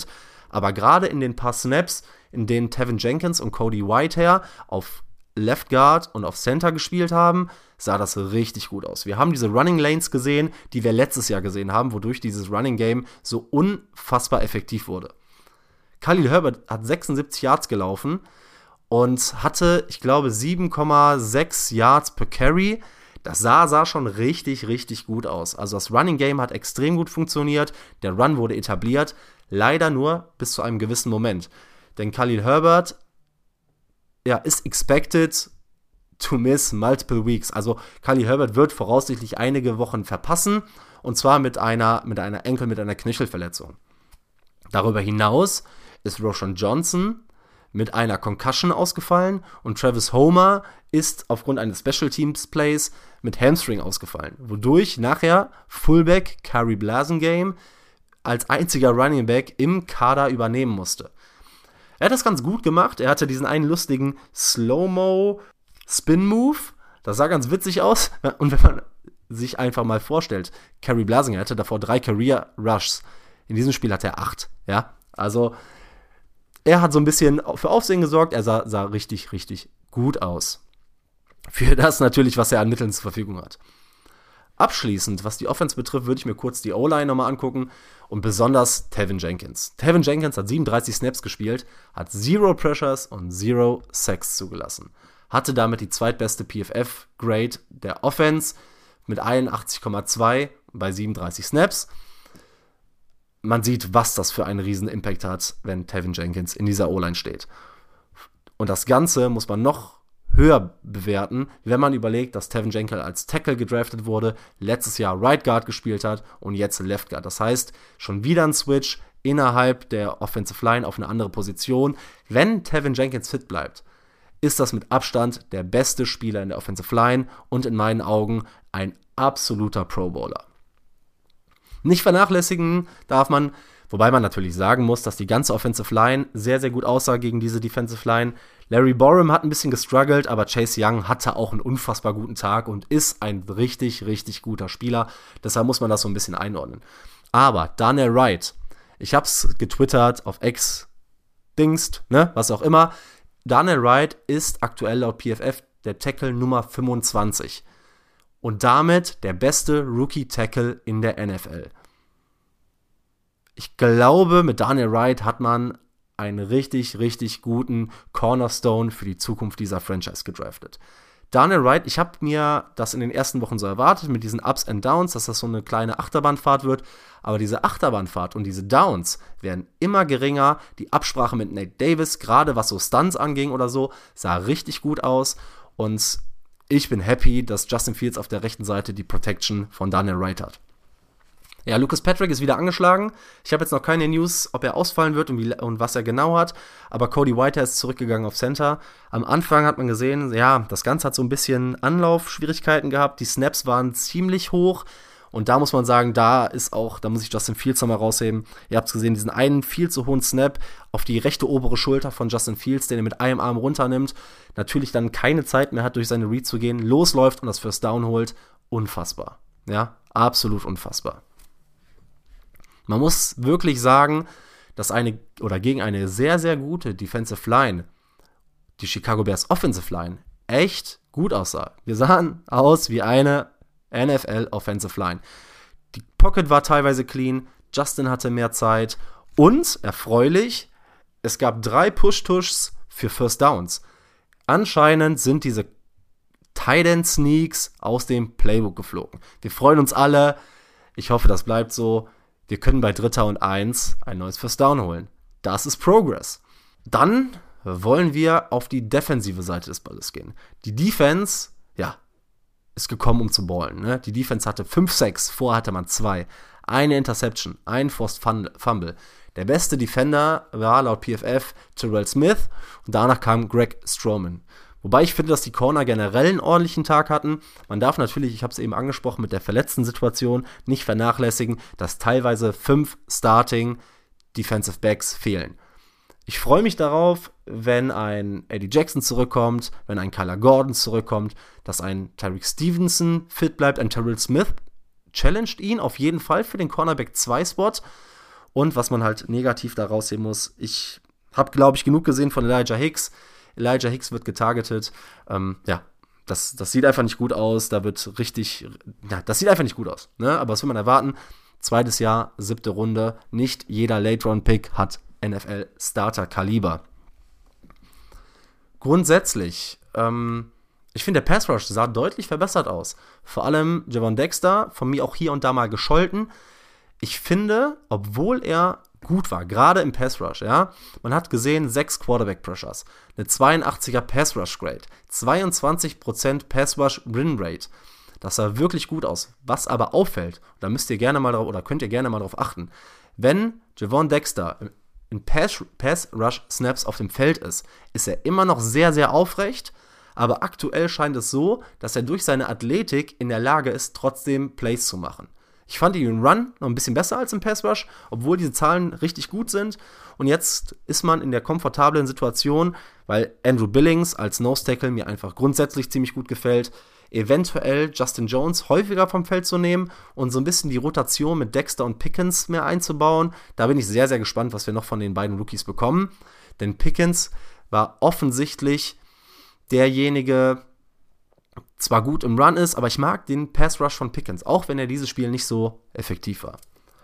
Aber gerade in den paar Snaps, in denen Tevin Jenkins und Cody Whitehair auf Left Guard und auf Center gespielt haben, sah das richtig gut aus. Wir haben diese Running Lanes gesehen, die wir letztes Jahr gesehen haben, wodurch dieses Running Game so unfassbar effektiv wurde. Khalil Herbert hat sechsundsiebzig Yards gelaufen und hatte, ich glaube, sieben Komma sechs Yards per Carry. Das sah, sah schon richtig, richtig gut aus. Also das Running Game hat extrem gut funktioniert, der Run wurde etabliert, leider nur bis zu einem gewissen Moment. Denn Khalil Herbert ja, ist expected to miss multiple weeks. Also Khalil Herbert wird voraussichtlich einige Wochen verpassen, und zwar mit einer, mit einer Enkel-, mit einer Knöchelverletzung. Darüber hinaus ist Roshan Johnson mit einer Concussion ausgefallen und Travis Homer ist aufgrund eines Special Teams Plays mit Hamstring ausgefallen, wodurch nachher Fullback Kari Blasingame als einziger Running Back im Kader übernehmen musste. Er hat das ganz gut gemacht. Er hatte diesen einen lustigen Slow-Mo Spin-Move. Das sah ganz witzig aus. Und wenn man sich einfach mal vorstellt, Kari Blasingame hatte davor drei Career Rushs. In diesem Spiel hatte er acht. Ja, also er hat so ein bisschen für Aufsehen gesorgt. Er sah, sah richtig, richtig gut aus. Für das natürlich, was er an Mitteln zur Verfügung hat. Abschließend, was die Offense betrifft, würde ich mir kurz die O-Line nochmal angucken und besonders Tevin Jenkins. Tevin Jenkins hat siebenunddreißig Snaps gespielt, hat Zero Pressures und Zero Sacks zugelassen. Hatte damit die zweitbeste P F F-Grade der Offense mit einundachtzig Komma zwei bei siebenunddreißig Snaps. Man sieht, was das für einen riesen Impact hat, wenn Tevin Jenkins in dieser O-Line steht. Und das Ganze muss man noch höher bewerten, wenn man überlegt, dass Tevin Jenkins als Tackle gedraftet wurde, letztes Jahr Right Guard gespielt hat und jetzt Left Guard. Das heißt, schon wieder ein Switch innerhalb der Offensive Line auf eine andere Position. Wenn Tevin Jenkins fit bleibt, ist das mit Abstand der beste Spieler in der Offensive Line und in meinen Augen ein absoluter Pro Bowler. Nicht vernachlässigen darf man, wobei man natürlich sagen muss, dass die ganze Offensive Line sehr, sehr gut aussah gegen diese Defensive Line. Larry Borom hat ein bisschen gestruggelt, aber Chase Young hatte auch einen unfassbar guten Tag und ist ein richtig, richtig guter Spieler. Deshalb muss man das so ein bisschen einordnen. Aber Darnell Wright, ich hab's getwittert auf X, Dingst, ne, was auch immer. Darnell Wright ist aktuell laut P F F der Tackle Nummer fünfundzwanzig. Und damit der beste Rookie-Tackle in der N F L. Ich glaube, mit Darnell Wright hat man einen richtig, richtig guten Cornerstone für die Zukunft dieser Franchise gedraftet. Darnell Wright, ich habe mir das in den ersten Wochen so erwartet, mit diesen Ups and Downs, dass das so eine kleine Achterbahnfahrt wird. Aber diese Achterbahnfahrt und diese Downs werden immer geringer. Die Absprache mit Nate Davis, gerade was so Stunts anging oder so, sah richtig gut aus. Und ich bin happy, dass Justin Fields auf der rechten Seite die Protection von Darnell Wright hat. Ja, Lucas Patrick ist wieder angeschlagen. Ich habe jetzt noch keine News, ob er ausfallen wird und, wie, und was er genau hat. Aber Cody Whitehair ist zurückgegangen auf Center. Am Anfang hat man gesehen, ja, das Ganze hat so ein bisschen Anlaufschwierigkeiten gehabt. Die Snaps waren ziemlich hoch. Und da muss man sagen, da ist auch, da muss ich Justin Fields nochmal rausheben. Ihr habt es gesehen, diesen einen viel zu hohen Snap auf die rechte obere Schulter von Justin Fields, den er mit einem Arm runternimmt. Natürlich dann keine Zeit mehr hat, durch seine Read zu gehen, losläuft und das First Down holt. Unfassbar. Ja, absolut unfassbar. Man muss wirklich sagen, dass eine oder gegen eine sehr, sehr gute Defensive Line, die Chicago Bears Offensive Line, echt gut aussah. Wir sahen aus wie eine N F L Offensive Line. Die Pocket war teilweise clean, Justin hatte mehr Zeit und, erfreulich, es gab drei Push-Tushs für First Downs. Anscheinend sind diese Tight End Sneaks aus dem Playbook geflogen. Wir freuen uns alle. Ich hoffe, das bleibt so. Wir können bei Dritter und Eins ein neues First Down holen. Das ist Progress. Dann wollen wir auf die defensive Seite des Balles gehen. Die Defense, ja, ist gekommen, um zu ballen. Ne? Die Defense hatte fünf Sacks, vorher hatte man zwei. Eine Interception, ein Forced Fumble. Der beste Defender war laut P F F Terrell Smith und danach kam Greg Stroman. Wobei ich finde, dass die Corner generell einen ordentlichen Tag hatten. Man darf natürlich, ich habe es eben angesprochen, mit der verletzten Situation nicht vernachlässigen, dass teilweise fünf Starting Defensive Backs fehlen. Ich freue mich darauf, wenn ein Eddie Jackson zurückkommt, wenn ein Kyler Gordon zurückkommt, dass ein Tyreek Stevenson fit bleibt, ein Terrell Smith challenged ihn auf jeden Fall für den Cornerback zwei Spot. Und was man halt negativ da rausheben muss, ich habe, glaube ich, genug gesehen von Elijah Hicks. Elijah Hicks wird getargetet. Ähm, ja, das, das sieht einfach nicht gut aus. Da wird richtig, ja, das sieht einfach nicht gut aus. Ne? Aber was will man erwarten? Zweites Jahr, siebte Runde. Nicht jeder Late-Round-Pick hat N F L-Starter-Kaliber. Grundsätzlich, ähm, ich finde, der Pass-Rush sah deutlich verbessert aus. Vor allem Javon Dexter, von mir auch hier und da mal gescholten. Ich finde, obwohl er gut war, gerade im Pass-Rush, ja, man hat gesehen, sechs Quarterback-Pressures, eine zweiundachtziger Pass-Rush-Grade, zweiundzwanzig Prozent Pass-Rush-Win-Rate. Das sah wirklich gut aus. Was aber auffällt, da müsst ihr gerne mal drauf, oder könnt ihr gerne mal drauf achten, wenn Javon Dexter in Pass-Rush-Snaps auf dem Feld ist, ist er immer noch sehr, sehr aufrecht, aber aktuell scheint es so, dass er durch seine Athletik in der Lage ist, trotzdem Plays zu machen. Ich fand ihn im Run noch ein bisschen besser als im Pass Rush, obwohl diese Zahlen richtig gut sind. Und jetzt ist man in der komfortablen Situation, weil Andrew Billings als Nose Tackle mir einfach grundsätzlich ziemlich gut gefällt, eventuell Justin Jones häufiger vom Feld zu nehmen und so ein bisschen die Rotation mit Dexter und Pickens mehr einzubauen. Da bin ich sehr, sehr gespannt, was wir noch von den beiden Rookies bekommen. Denn Pickens war offensichtlich derjenige, zwar gut im Run ist, aber ich mag den Pass-Rush von Pickens, auch wenn er dieses Spiel nicht so effektiv war.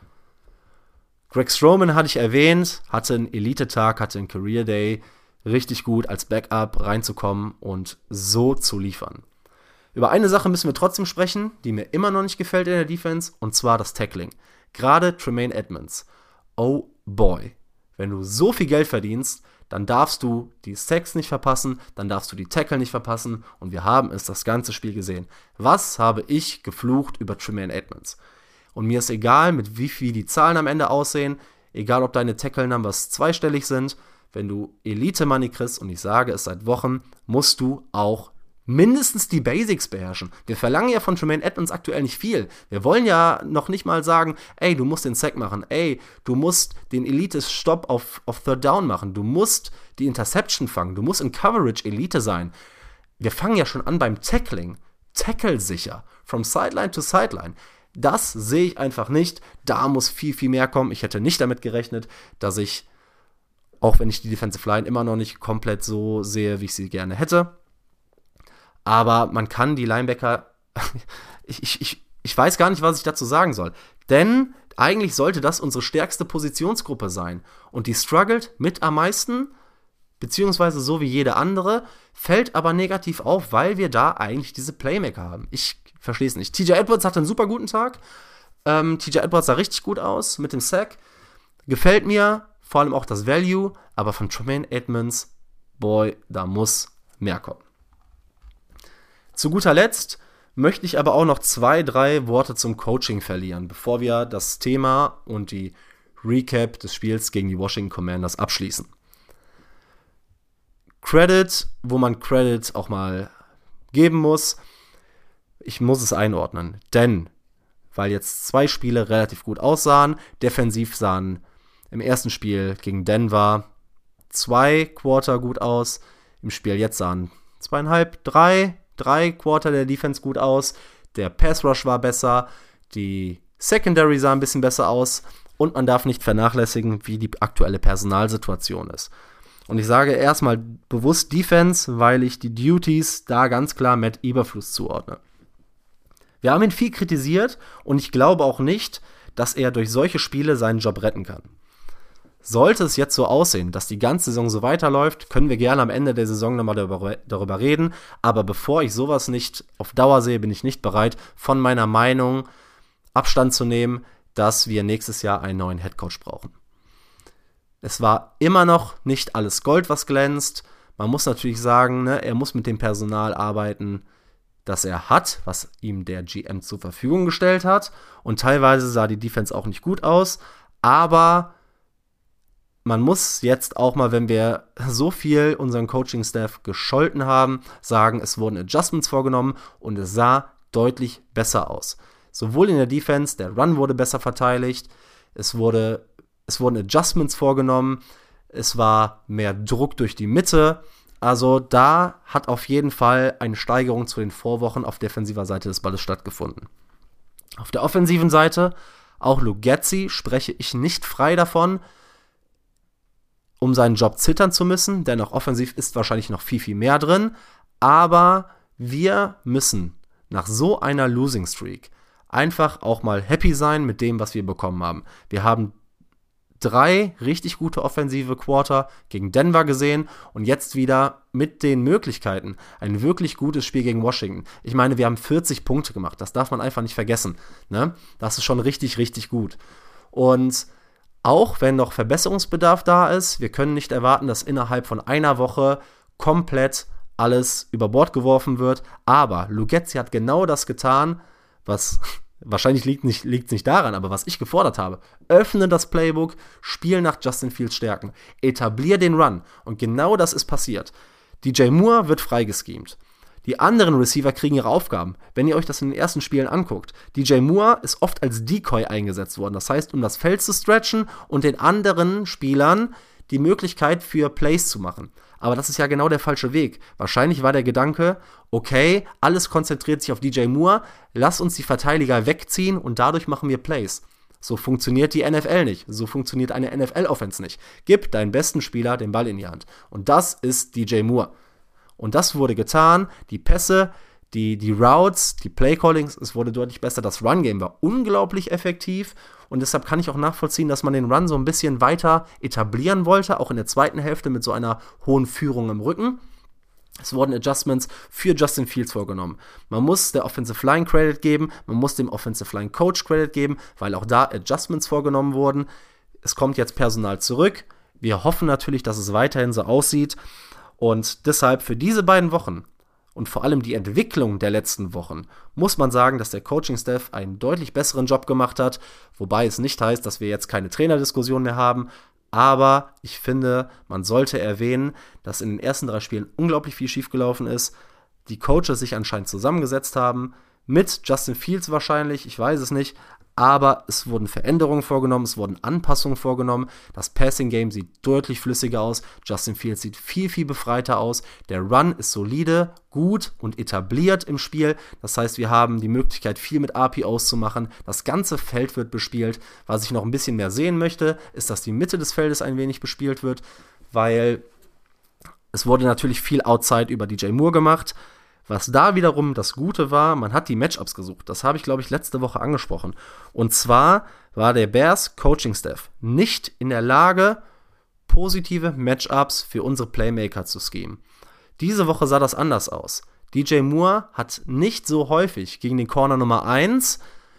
Greg Stroman hatte ich erwähnt, hatte einen Elite-Tag, hatte einen Career-Day, richtig gut als Backup reinzukommen und so zu liefern. Über eine Sache müssen wir trotzdem sprechen, die mir immer noch nicht gefällt in der Defense, und zwar das Tackling. Gerade Tremaine Edmonds. Oh boy, wenn du so viel Geld verdienst, dann darfst du die Sacks nicht verpassen, dann darfst du die Tackle nicht verpassen, und wir haben es das ganze Spiel gesehen. Was habe ich geflucht über Tremaine Edmonds? Und mir ist egal, mit wie viel die Zahlen am Ende aussehen, egal ob deine Tackle-Numbers zweistellig sind, wenn du Elite-Money kriegst, und ich sage es seit Wochen, musst du auch mindestens die Basics beherrschen. Wir verlangen ja von Tremaine Edmonds aktuell nicht viel. Wir wollen ja noch nicht mal sagen, ey, du musst den Sack machen, ey, du musst den Elite-Stop auf, auf Third Down machen, du musst die Interception fangen, du musst in Coverage Elite sein. Wir fangen ja schon an beim Tackling. Tackle sicher. From Sideline to Sideline. Das sehe ich einfach nicht. Da muss viel, viel mehr kommen. Ich hätte nicht damit gerechnet, dass ich, auch wenn ich die Defensive Line immer noch nicht komplett so sehe, wie ich sie gerne hätte, aber man kann die Linebacker, ich, ich, ich, ich weiß gar nicht, was ich dazu sagen soll. Denn eigentlich sollte das unsere stärkste Positionsgruppe sein. Und die struggelt mit am meisten, beziehungsweise so wie jede andere, fällt aber negativ auf, weil wir da eigentlich diese Playmaker haben. Ich verstehe es nicht. T J Edwards hatte einen super guten Tag. Ähm, T J Edwards sah richtig gut aus mit dem Sack. Gefällt mir, vor allem auch das Value, aber von Tremaine Edmonds, boy, da muss mehr kommen. Zu guter Letzt möchte ich aber auch noch zwei, drei Worte zum Coaching verlieren, bevor wir das Thema und die Recap des Spiels gegen die Washington Commanders abschließen. Credit, wo man Credit auch mal geben muss. Ich muss es einordnen, denn weil jetzt zwei Spiele relativ gut aussahen, defensiv sahen im ersten Spiel gegen Denver zwei Quarter gut aus, im Spiel jetzt sahen zweieinhalb, drei Drei Quarter der Defense gut aus, der Pass Rush war besser, die Secondary sah ein bisschen besser aus, und man darf nicht vernachlässigen, wie die aktuelle Personalsituation ist. Und ich sage erstmal bewusst Defense, weil ich die Duties da ganz klar Matt Eberflus zuordne. Wir haben ihn viel kritisiert, und ich glaube auch nicht, dass er durch solche Spiele seinen Job retten kann. Sollte es jetzt so aussehen, dass die ganze Saison so weiterläuft, können wir gerne am Ende der Saison nochmal darüber, darüber reden. Aber bevor ich sowas nicht auf Dauer sehe, bin ich nicht bereit, von meiner Meinung Abstand zu nehmen, dass wir nächstes Jahr einen neuen Headcoach brauchen. Es war immer noch nicht alles Gold, was glänzt. Man muss natürlich sagen, ne, er muss mit dem Personal arbeiten, das er hat, was ihm der G M zur Verfügung gestellt hat. Und teilweise sah die Defense auch nicht gut aus. Aber man muss jetzt auch mal, wenn wir so viel unseren Coaching-Staff gescholten haben, sagen, es wurden Adjustments vorgenommen und es sah deutlich besser aus. Sowohl in der Defense, der Run wurde besser verteidigt, es, wurde, es wurden Adjustments vorgenommen, es war mehr Druck durch die Mitte. Also da hat auf jeden Fall eine Steigerung zu den Vorwochen auf defensiver Seite des Balles stattgefunden. Auf der offensiven Seite Auch Luke Getsy spreche ich nicht frei davon, um seinen Job zittern zu müssen, denn auch offensiv ist wahrscheinlich noch viel, viel mehr drin. Aber wir müssen nach so einer Losing Streak einfach auch mal happy sein mit dem, was wir bekommen haben. Wir haben drei richtig gute offensive Quarter gegen Denver gesehen und jetzt wieder mit den Möglichkeiten ein wirklich gutes Spiel gegen Washington. Ich meine, wir haben vierzig Punkte gemacht, das darf man einfach nicht vergessen. Ne? Das ist schon richtig, richtig gut. Und auch wenn noch Verbesserungsbedarf da ist, wir können nicht erwarten, dass innerhalb von einer Woche komplett alles über Bord geworfen wird. Aber Luke Getsy hat genau das getan, was wahrscheinlich liegt nicht, liegt nicht daran, aber was ich gefordert habe. Öffne das Playbook, spiel nach Justin Fields Stärken, etablier den Run. Und genau das ist passiert. D J Moore wird freigeschemt. Die anderen Receiver kriegen ihre Aufgaben. Wenn ihr euch das in den ersten Spielen anguckt, D J Moore ist oft als Decoy eingesetzt worden. Das heißt, um das Feld zu stretchen und den anderen Spielern die Möglichkeit für Plays zu machen. Aber das ist ja genau der falsche Weg. Wahrscheinlich war der Gedanke, okay, alles konzentriert sich auf D J Moore, lass uns die Verteidiger wegziehen und dadurch machen wir Plays. So funktioniert die N F L nicht. So funktioniert eine N F L-Offense nicht. Gib deinen besten Spieler den Ball in die Hand. Und das ist D J Moore. Und das wurde getan. Die Pässe, die, die Routes, die Playcallings, es wurde deutlich besser. Das Run-Game war unglaublich effektiv. Und deshalb kann ich auch nachvollziehen, dass man den Run so ein bisschen weiter etablieren wollte, auch in der zweiten Hälfte mit so einer hohen Führung im Rücken. Es wurden Adjustments für Justin Fields vorgenommen. Man muss der Offensive Line Credit geben, man muss dem Offensive Line Coach Credit geben, weil auch da Adjustments vorgenommen wurden. Es kommt jetzt Personal zurück. Wir hoffen natürlich, dass es weiterhin so aussieht. Und deshalb für diese beiden Wochen und vor allem die Entwicklung der letzten Wochen muss man sagen, dass der Coaching-Staff einen deutlich besseren Job gemacht hat, wobei es nicht heißt, dass wir jetzt keine Trainerdiskussion mehr haben, aber ich finde, man sollte erwähnen, dass in den ersten drei Spielen unglaublich viel schiefgelaufen ist, die Coaches sich anscheinend zusammengesetzt haben, mit Justin Fields wahrscheinlich, ich weiß es nicht, aber es wurden Veränderungen vorgenommen, es wurden Anpassungen vorgenommen, das Passing-Game sieht deutlich flüssiger aus, Justin Fields sieht viel, viel befreiter aus, der Run ist solide, gut und etabliert im Spiel, das heißt, wir haben die Möglichkeit, viel mit R P Os zu machen, das ganze Feld wird bespielt. Was ich noch ein bisschen mehr sehen möchte, ist, dass die Mitte des Feldes ein wenig bespielt wird, weil es wurde natürlich viel Outside über D J Moore gemacht. Was da wiederum das Gute war, man hat die Matchups gesucht. Das habe ich, glaube ich, letzte Woche angesprochen. Und zwar war der Bears Coaching Staff nicht in der Lage, positive Matchups für unsere Playmaker zu schemen. Diese Woche sah das anders aus. D J Moore hat nicht so häufig gegen den Corner Nummer eins,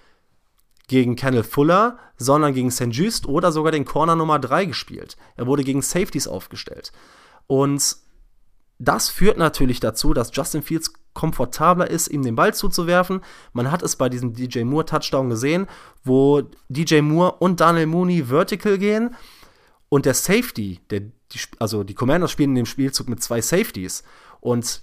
gegen Kenneth Fuller, sondern gegen Saint Just oder sogar den Corner Nummer drei gespielt. Er wurde gegen Safeties aufgestellt. Und das führt natürlich dazu, dass Justin Fields komfortabler ist, ihm den Ball zuzuwerfen. Man hat es bei diesem D J Moore-Touchdown gesehen, wo D J Moore und Daniel Mooney vertical gehen und der Safety, der, die, also die Commanders spielen in dem Spielzug mit zwei Safeties und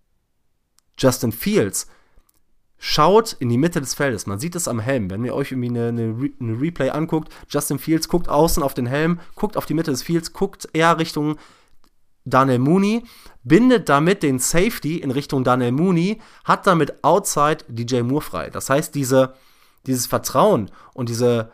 Justin Fields schaut in die Mitte des Feldes. Man sieht es am Helm. Wenn ihr euch irgendwie eine, eine, Re- eine Replay anguckt, Justin Fields guckt außen auf den Helm, guckt auf die Mitte des Fields, guckt eher Richtung Daniel Mooney, bindet damit den Safety in Richtung Daniel Mooney, hat damit outside D J Moore frei. Das heißt, diese, dieses Vertrauen und diese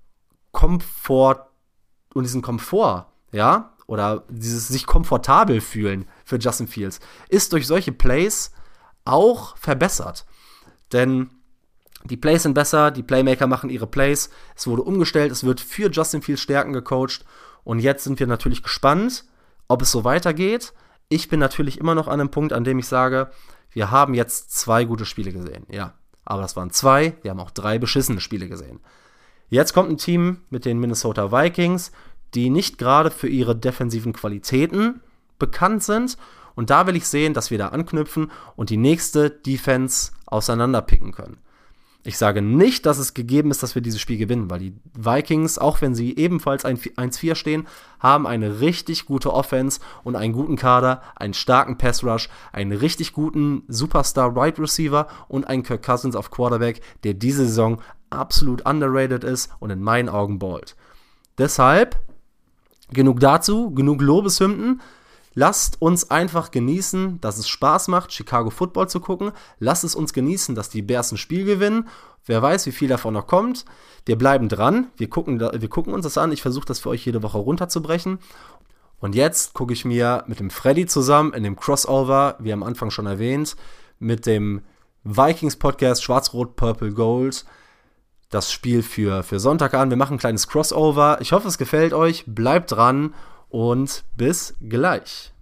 Komfort und diesen Komfort, ja, oder dieses sich komfortabel fühlen für Justin Fields, ist durch solche Plays auch verbessert. Denn die Plays sind besser, die Playmaker machen ihre Plays, es wurde umgestellt, es wird für Justin Fields Stärken gecoacht und jetzt sind wir natürlich gespannt, ob es so weitergeht. Ich bin natürlich immer noch an einem Punkt, an dem ich sage, wir haben jetzt zwei gute Spiele gesehen. Ja, aber das waren zwei. Wir haben auch drei beschissene Spiele gesehen. Jetzt kommt ein Team mit den Minnesota Vikings, die nicht gerade für ihre defensiven Qualitäten bekannt sind. Und da will ich sehen, dass wir da anknüpfen und die nächste Defense auseinanderpicken können. Ich sage nicht, dass es gegeben ist, dass wir dieses Spiel gewinnen, weil die Vikings, auch wenn sie ebenfalls eins vier stehen, haben eine richtig gute Offense und einen guten Kader, einen starken Pass-Rush, einen richtig guten Superstar-Wide Receiver und einen Kirk Cousins auf Quarterback, der diese Saison absolut underrated ist und in meinen Augen ballt. Deshalb, genug dazu, genug Lobeshymnen. Lasst uns einfach genießen, dass es Spaß macht, Chicago Football zu gucken. Lasst es uns genießen, dass die Bears ein Spiel gewinnen. Wer weiß, wie viel davon noch kommt. Wir bleiben dran. Wir gucken, wir gucken uns das an. Ich versuche das für euch jede Woche runterzubrechen. Und jetzt gucke ich mir mit dem Freddy zusammen in dem Crossover, wie am Anfang schon erwähnt, mit dem Vikings-Podcast Schwarz-Rot, Purple, Gold das Spiel für, für Sonntag an. Wir machen ein kleines Crossover. Ich hoffe, es gefällt euch. Bleibt dran und bis gleich.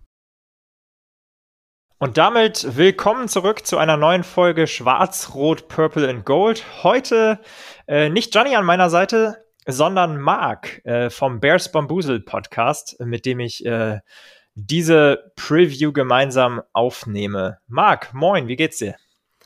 Und damit willkommen zurück zu einer neuen Folge Schwarz, Rot, Purple and Gold. Heute äh, nicht Johnny an meiner Seite, sondern Marc äh, vom Bears Bamboozle Podcast, mit dem ich äh, diese Preview gemeinsam aufnehme. Marc, moin, wie geht's dir?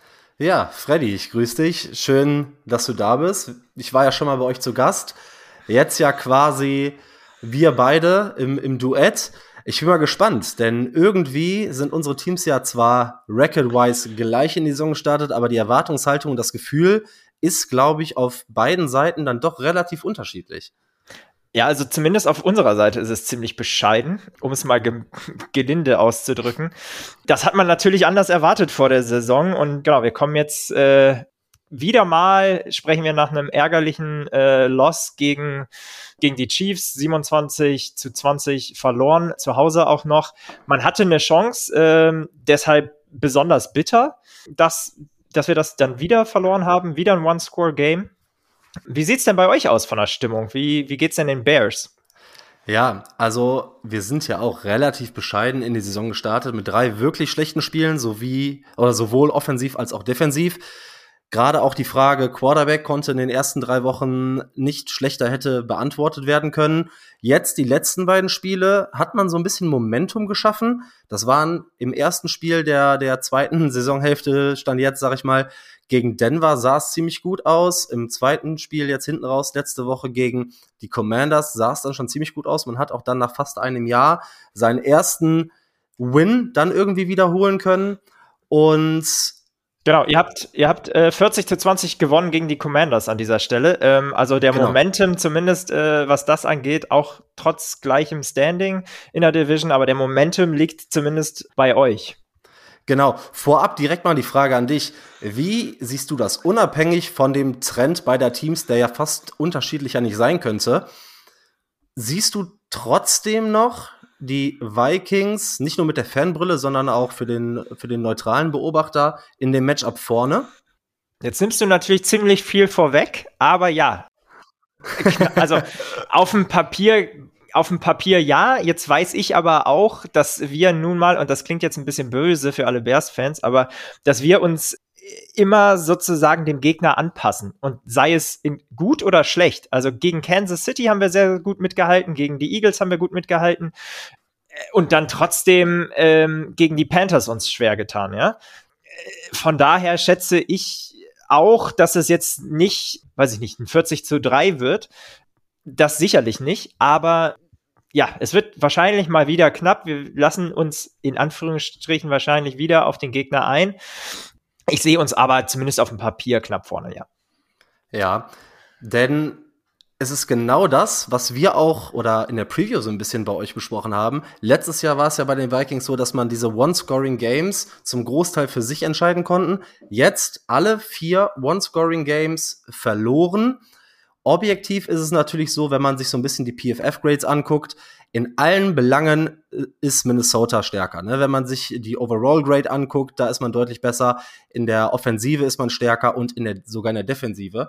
Ja, Freddy, ich grüße dich. Schön, dass du da bist. Ich war ja schon mal bei euch zu Gast. Jetzt ja quasi wir beide im, im Duett. Ich bin mal gespannt, denn irgendwie sind unsere Teams ja zwar record-wise gleich in die Saison gestartet, aber die Erwartungshaltung und das Gefühl ist, glaube ich, auf beiden Seiten dann doch relativ unterschiedlich. Ja, also zumindest auf unserer Seite ist es ziemlich bescheiden, um es mal ge- gelinde auszudrücken. Das hat man natürlich anders erwartet vor der Saison und genau, wir kommen jetzt äh, wieder mal, sprechen wir nach einem ärgerlichen äh, Loss gegen, gegen die Chiefs, siebenundzwanzig zu zwanzig verloren, zu Hause auch noch. Man hatte eine Chance, äh, deshalb besonders bitter, dass, dass wir das dann wieder verloren haben, wieder ein One-Score-Game. Wie sieht's denn bei euch aus von der Stimmung? Wie, wie geht's denn den Bears? Ja, also wir sind ja auch relativ bescheiden in die Saison gestartet mit drei wirklich schlechten Spielen, sowie oder sowohl offensiv als auch defensiv. Gerade auch die Frage Quarterback konnte in den ersten drei Wochen nicht schlechter hätte beantwortet werden können. Jetzt die letzten beiden Spiele hat man so ein bisschen Momentum geschaffen. Das waren im ersten Spiel der der zweiten Saisonhälfte, stand jetzt, sag ich mal, gegen Denver sah es ziemlich gut aus. Im zweiten Spiel jetzt hinten raus, letzte Woche gegen die Commanders, sah es dann schon ziemlich gut aus. Man hat auch dann nach fast einem Jahr seinen ersten Win dann irgendwie wiederholen können. Und Genau, ihr habt, ihr habt äh, vierzig zu zwanzig gewonnen gegen die Commanders an dieser Stelle. Ähm, also der Genau. Momentum zumindest, äh, was das angeht, auch trotz gleichem Standing in der Division, aber der Momentum liegt zumindest bei euch. Genau, vorab direkt mal die Frage an dich. Wie siehst du das, unabhängig von dem Trend beider Teams, der ja fast unterschiedlicher nicht sein könnte? Siehst du trotzdem noch die Vikings, nicht nur mit der Fanbrille, sondern auch für den, für den neutralen Beobachter in dem Matchup vorne? Jetzt nimmst du natürlich ziemlich viel vorweg, aber ja. Also auf dem Papier Auf dem Papier ja, jetzt weiß ich aber auch, dass wir nun mal, und das klingt jetzt ein bisschen böse für alle Bears-Fans, aber dass wir uns immer sozusagen dem Gegner anpassen und sei es in gut oder schlecht. Also gegen Kansas City haben wir sehr gut mitgehalten, gegen die Eagles haben wir gut mitgehalten und dann trotzdem ähm, gegen die Panthers uns schwer getan, ja. Von daher schätze ich auch, dass es jetzt nicht, weiß ich nicht, ein vierzig zu drei wird. Das sicherlich nicht, aber ja, es wird wahrscheinlich mal wieder knapp. Wir lassen uns in Anführungsstrichen wahrscheinlich wieder auf den Gegner ein. Ich sehe uns aber zumindest auf dem Papier knapp vorne, ja. Ja, denn es ist genau das, was wir auch oder in der Preview so ein bisschen bei euch besprochen haben. Letztes Jahr war es ja bei den Vikings so, dass man diese One-Scoring-Games zum Großteil für sich entscheiden konnten. Jetzt alle vier One-Scoring-Games verloren. Objektiv ist es natürlich so, wenn man sich so ein bisschen die P F F-Grades anguckt, in allen Belangen ist Minnesota stärker. Ne? Wenn man sich die Overall-Grade anguckt, da ist man deutlich besser. In der Offensive ist man stärker und in der, sogar in der Defensive.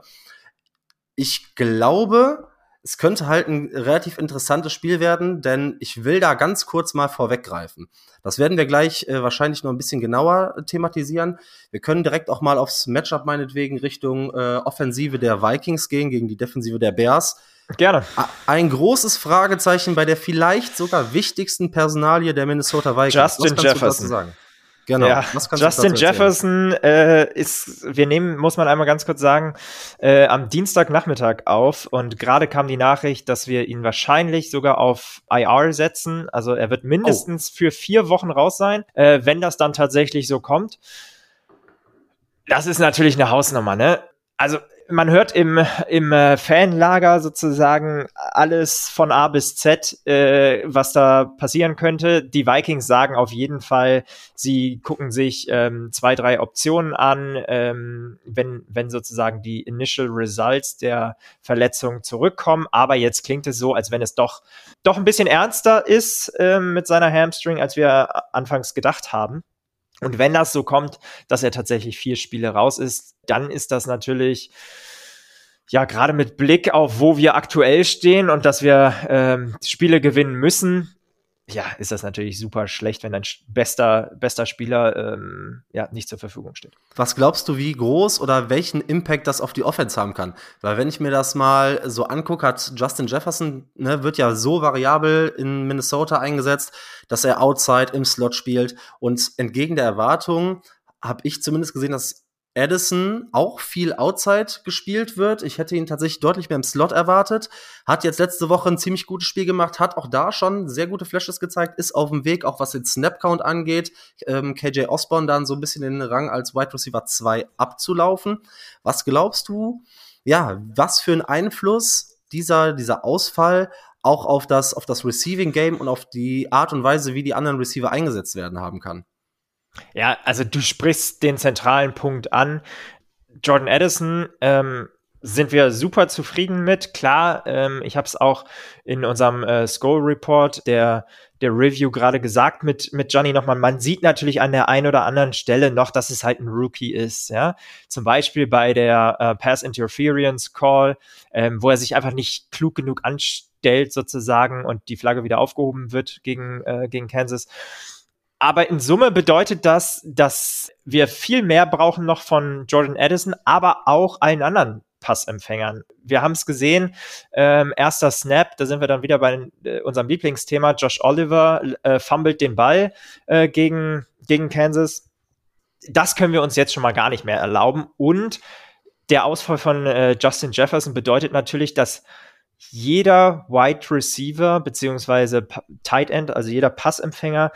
Ich glaube, es könnte halt ein relativ interessantes Spiel werden, denn ich will da ganz kurz mal vorweggreifen. Das werden wir gleich äh, wahrscheinlich noch ein bisschen genauer thematisieren. Wir können direkt auch mal aufs Matchup meinetwegen Richtung äh, Offensive der Vikings gehen gegen die Defensive der Bears. Gerne. Ein großes Fragezeichen bei der vielleicht sogar wichtigsten Personalie der Minnesota Vikings. Justin Jefferson. sagen? Genau. Ja, Was kannst Justin du Jefferson äh, ist, wir nehmen, muss man einmal ganz kurz sagen, äh, am Dienstagnachmittag auf und gerade kam die Nachricht, dass wir ihn wahrscheinlich sogar auf I R setzen. Also er wird mindestens oh. für vier Wochen raus sein, äh, wenn das dann tatsächlich so kommt. Das ist natürlich eine Hausnummer, ne? Also man hört im, im äh, Fanlager sozusagen alles von A bis Z, äh, was da passieren könnte. Die Vikings sagen auf jeden Fall, sie gucken sich ähm, zwei, drei Optionen an, ähm, wenn, wenn sozusagen die Initial Results der Verletzung zurückkommen. Aber jetzt klingt es so, als wenn es doch, doch ein bisschen ernster ist ähm, mit seiner Hamstring, als wir anfangs gedacht haben. Und wenn das so kommt, dass er tatsächlich vier Spiele raus ist, dann ist das natürlich, ja, gerade mit Blick auf, wo wir aktuell stehen und dass wir ähm, Spiele gewinnen müssen, ja, ist das natürlich super schlecht, wenn dein bester, bester Spieler ähm, ja, nicht zur Verfügung steht. Was glaubst du, wie groß oder welchen Impact das auf die Offense haben kann? Weil wenn ich mir das mal so angucke, hat Justin Jefferson, ne, wird ja so variabel in Minnesota eingesetzt, dass er outside im Slot spielt. Und entgegen der Erwartung habe ich zumindest gesehen, dass Addison auch viel Outside gespielt wird. Ich hätte ihn tatsächlich deutlich mehr im Slot erwartet. Hat jetzt letzte Woche ein ziemlich gutes Spiel gemacht, hat auch da schon sehr gute Flashes gezeigt, ist auf dem Weg, auch was den Snap-Count angeht, ähm, K J Osborne dann so ein bisschen den Rang als Wide Receiver zwei abzulaufen. Was glaubst du, ja, was für einen Einfluss dieser, dieser Ausfall auch auf das, auf das Receiving Game und auf die Art und Weise, wie die anderen Receiver eingesetzt werden, haben kann? Ja, also du sprichst den zentralen Punkt an. Jordan Addison ähm, sind wir super zufrieden mit. Klar, ähm, ich habe es auch in unserem äh, Skol Report der der Review gerade gesagt mit mit Johnny nochmal. Man sieht natürlich an der einen oder anderen Stelle noch, dass es halt ein Rookie ist. Ja, zum Beispiel bei der äh, Pass Interference Call, ähm, wo er sich einfach nicht klug genug anstellt sozusagen und die Flagge wieder aufgehoben wird gegen äh, gegen Kansas. Aber in Summe bedeutet das, dass wir viel mehr brauchen noch von Jordan Addison, aber auch allen anderen Passempfängern. Wir haben es gesehen, ähm, erster Snap, da sind wir dann wieder bei äh, unserem Lieblingsthema. Josh Oliver äh, fummelt den Ball äh, gegen, gegen Kansas. Das können wir uns jetzt schon mal gar nicht mehr erlauben. Und der Ausfall von äh, Justin Jefferson bedeutet natürlich, dass jeder Wide Receiver beziehungsweise P- Tight End, also jeder Passempfänger,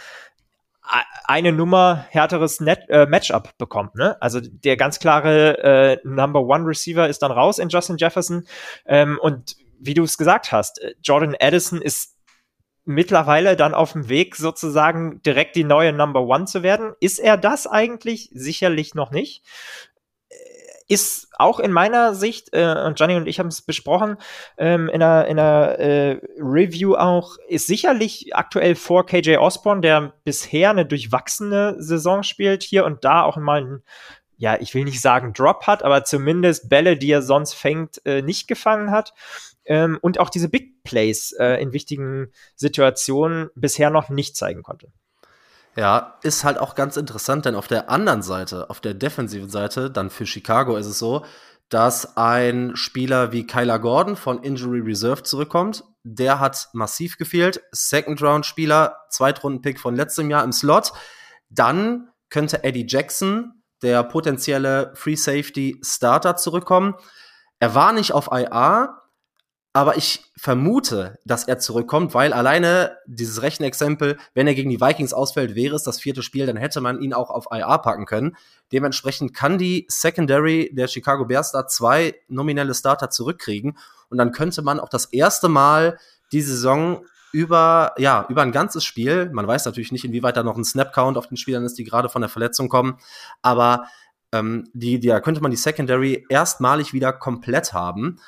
eine Nummer härteres Net, äh, Matchup bekommt. Ne? Also der ganz klare äh, Number One Receiver ist dann raus in Justin Jefferson. Ähm, und wie du es gesagt hast, Jordan Addison ist mittlerweile dann auf dem Weg, sozusagen direkt die neue Number One zu werden. Ist er das eigentlich? Sicherlich noch nicht. Ist auch in meiner Sicht, äh, und Gianni und ich haben es besprochen, ähm, in einer, in einer äh, Review auch, ist sicherlich aktuell vor K J Osborne, der bisher eine durchwachsene Saison spielt, hier und da auch mal ein, ja, ich will nicht sagen Drop hat, aber zumindest Bälle, die er sonst fängt, äh, nicht gefangen hat. Ähm, und auch diese Big Plays äh, in wichtigen Situationen bisher noch nicht zeigen konnte. Ja, ist halt auch ganz interessant, denn auf der anderen Seite, auf der defensiven Seite, dann für Chicago ist es so, dass ein Spieler wie Kyler Gordon von Injury Reserve zurückkommt. Der hat massiv gefehlt. Second-Round-Spieler, Zweitrunden-Pick von letztem Jahr im Slot. Dann könnte Eddie Jackson, der potenzielle Free Safety Starter, zurückkommen. Er war nicht auf I R, aber ich vermute, dass er zurückkommt, weil alleine dieses Rechenexempel, wenn er gegen die Vikings ausfällt, wäre es das vierte Spiel, dann hätte man ihn auch auf I R packen können. Dementsprechend kann die Secondary der Chicago Bears da zwei nominelle Starter zurückkriegen und dann könnte man auch das erste Mal die Saison über, ja, über ein ganzes Spiel, man weiß natürlich nicht, inwieweit da noch ein Snap-Count auf den Spielern ist, die gerade von der Verletzung kommen, aber ähm, die, die, da könnte man die Secondary erstmalig wieder komplett haben.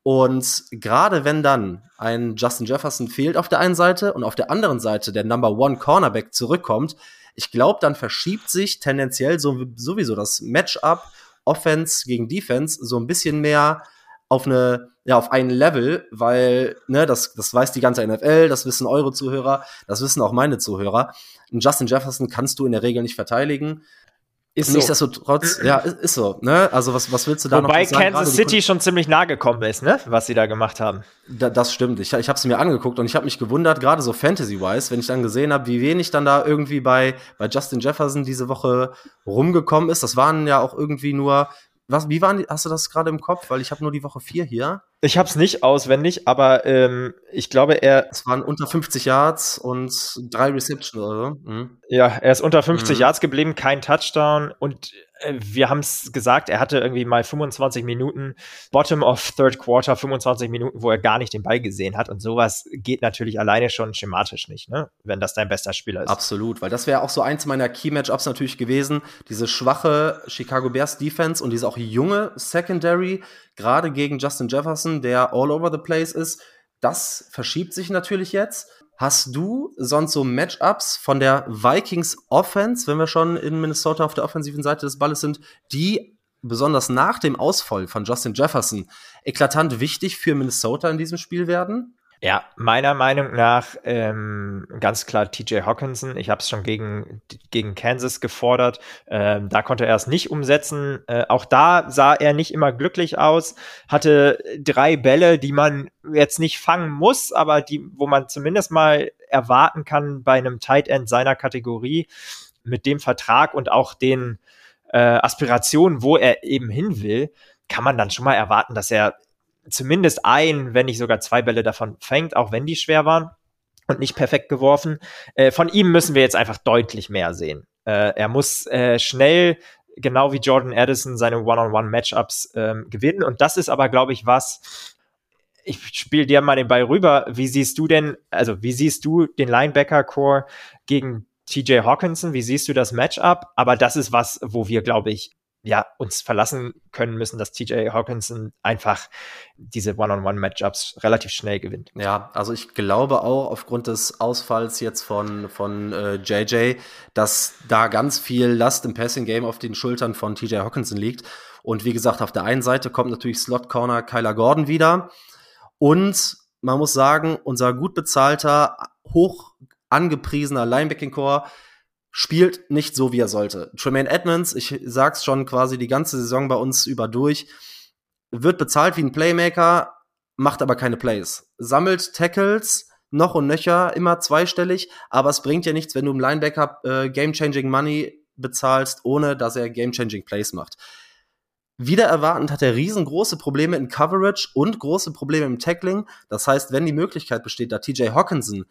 Und gerade wenn dann ein Justin Jefferson fehlt auf der einen Seite und auf der anderen Seite der Number One Cornerback zurückkommt, ich glaube, dann verschiebt sich tendenziell so, sowieso das Matchup Offense gegen Defense so ein bisschen mehr auf eine, ja, auf ein Level, weil, ne, das, das weiß die ganze N F L, das wissen eure Zuhörer, das wissen auch meine Zuhörer. Und Justin Jefferson kannst du in der Regel nicht verteidigen. Ist Nichtsdestotrotz, so. ja, ist, ist so, ne? Also was, was willst du da Wobei noch sagen? Wobei Kansas City Kun- schon ziemlich nahe gekommen ist, ne? Was sie da gemacht haben. Da, das stimmt. Ich, ich habe es mir angeguckt und ich habe mich gewundert, gerade so Fantasy-wise, wenn ich dann gesehen habe, wie wenig dann da irgendwie bei, bei Justin Jefferson diese Woche rumgekommen ist. Das waren ja auch irgendwie nur, was, wie waren die, hast du das gerade im Kopf? Weil ich habe nur die Woche vier hier. Ich habe es nicht auswendig, aber ähm, ich glaube, er... Es waren unter fünfzig Yards und drei Receptions oder so. Mhm. Ja, er ist unter fünfzig mhm. Yards geblieben, kein Touchdown und Wir haben es gesagt, er hatte irgendwie mal fünfundzwanzig Minuten, Bottom of Third Quarter, fünfundzwanzig Minuten, wo er gar nicht den Ball gesehen hat. Und sowas geht natürlich alleine schon schematisch nicht, ne? Wenn das dein bester Spieler ist. Absolut, weil das wäre auch so eins meiner Key-Matchups natürlich gewesen. Diese schwache Chicago Bears Defense und diese auch junge Secondary, gerade gegen Justin Jefferson, der all over the place ist. Das verschiebt sich natürlich jetzt. Hast du sonst so Matchups von der Vikings Offense, wenn wir schon in Minnesota auf der offensiven Seite des Balles sind, die besonders nach dem Ausfall von Justin Jefferson eklatant wichtig für Minnesota in diesem Spiel werden? Ja, meiner Meinung nach ähm, ganz klar T J Hockenson. Ich habe es schon gegen gegen Kansas gefordert. Ähm, da konnte er es nicht umsetzen. Äh, auch da sah er nicht immer glücklich aus. Hatte drei Bälle, die man jetzt nicht fangen muss, aber die, wo man zumindest mal erwarten kann bei einem Tight End seiner Kategorie mit dem Vertrag und auch den äh, Aspirationen, wo er eben hin will, kann man dann schon mal erwarten, dass er zumindest ein, wenn nicht sogar zwei Bälle davon fängt, auch wenn die schwer waren und nicht perfekt geworfen. Äh, von ihm müssen wir jetzt einfach deutlich mehr sehen. Äh, er muss äh, schnell, genau wie Jordan Addison, seine One-on-One-Matchups ähm, gewinnen. Und das ist aber, glaube ich, was, ich spiele dir mal den Ball rüber. Wie siehst du denn, also wie siehst du den Linebacker-Core gegen T J Hockenson? Wie siehst du das Matchup? Aber das ist was, wo wir, glaube ich, ja, uns verlassen können müssen, dass T J Hockenson einfach diese One-on-One-Matchups relativ schnell gewinnt. Ja, also ich glaube auch aufgrund des Ausfalls jetzt von, von äh, J J, dass da ganz viel Last im Passing-Game auf den Schultern von T J Hockenson liegt. Und wie gesagt, auf der einen Seite kommt natürlich Slot-Corner Kyler Gordon wieder. Und man muss sagen, unser gut bezahlter, hoch angepriesener Linebacking-Core spielt nicht so, wie er sollte. Tremaine Edmonds, ich sag's schon quasi die ganze Saison bei uns über durch, wird bezahlt wie ein Playmaker, macht aber keine Plays. Sammelt Tackles, noch und nöcher, immer zweistellig, aber es bringt ja nichts, wenn du im Linebacker äh, Game-Changing Money bezahlst, ohne dass er Game-Changing Plays macht. Wieder erwartend hat er riesengroße Probleme in Coverage und große Probleme im Tackling. Das heißt, wenn die Möglichkeit besteht, da T J Hockenson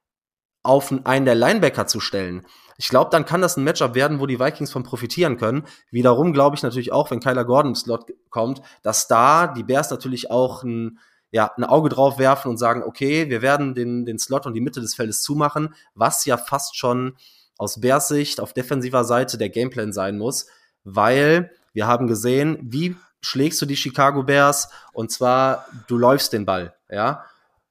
auf einen der Linebacker zu stellen, ich glaube, dann kann das ein Matchup werden, wo die Vikings von profitieren können. Wiederum glaube ich natürlich auch, wenn Kyler Gordon im Slot kommt, dass da die Bears natürlich auch ein, ja, ein Auge drauf werfen und sagen, okay, wir werden den, den Slot und die Mitte des Feldes zumachen, was ja fast schon aus Bears Sicht auf defensiver Seite der Gameplan sein muss, weil wir haben gesehen, wie schlägst du die Chicago Bears, und zwar, du läufst den Ball, ja.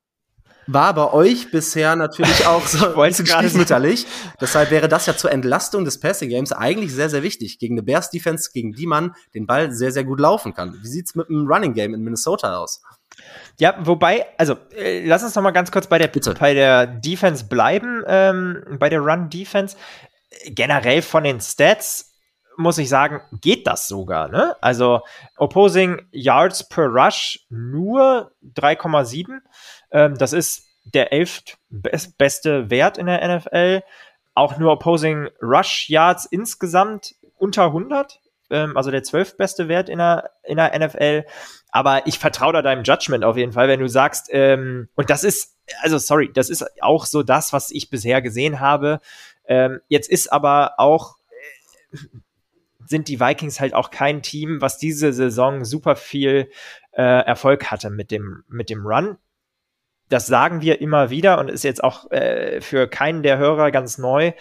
War bei euch bisher natürlich auch so ein bisschen stiefmütterlich. Deshalb wäre das ja zur Entlastung des Passing Games eigentlich sehr, sehr wichtig. Gegen eine Bears Defense, gegen die man den Ball sehr, sehr gut laufen kann. Wie sieht's mit dem Running Game in Minnesota aus? Ja, wobei, also äh, lass uns noch mal ganz kurz bei der, bei der Defense bleiben, ähm, bei der Run-Defense. Generell von den Stats muss ich sagen, geht das sogar, ne? Also Opposing Yards per Rush nur drei Komma sieben. Ähm, das ist der elftbeste Wert in der N F L. Auch nur Opposing Rush Yards insgesamt unter hundert. Ähm, also der zwölftbeste Wert in der, in der N F L. Aber ich vertraue da deinem Judgment auf jeden Fall, wenn du sagst, ähm, und das ist, also sorry, das ist auch so das, was ich bisher gesehen habe. Ähm, jetzt ist aber auch äh, sind die Vikings halt auch kein Team, was diese Saison super viel äh, Erfolg hatte mit dem, mit dem Run. Das sagen wir immer wieder und ist jetzt auch äh, für keinen der Hörer ganz neu.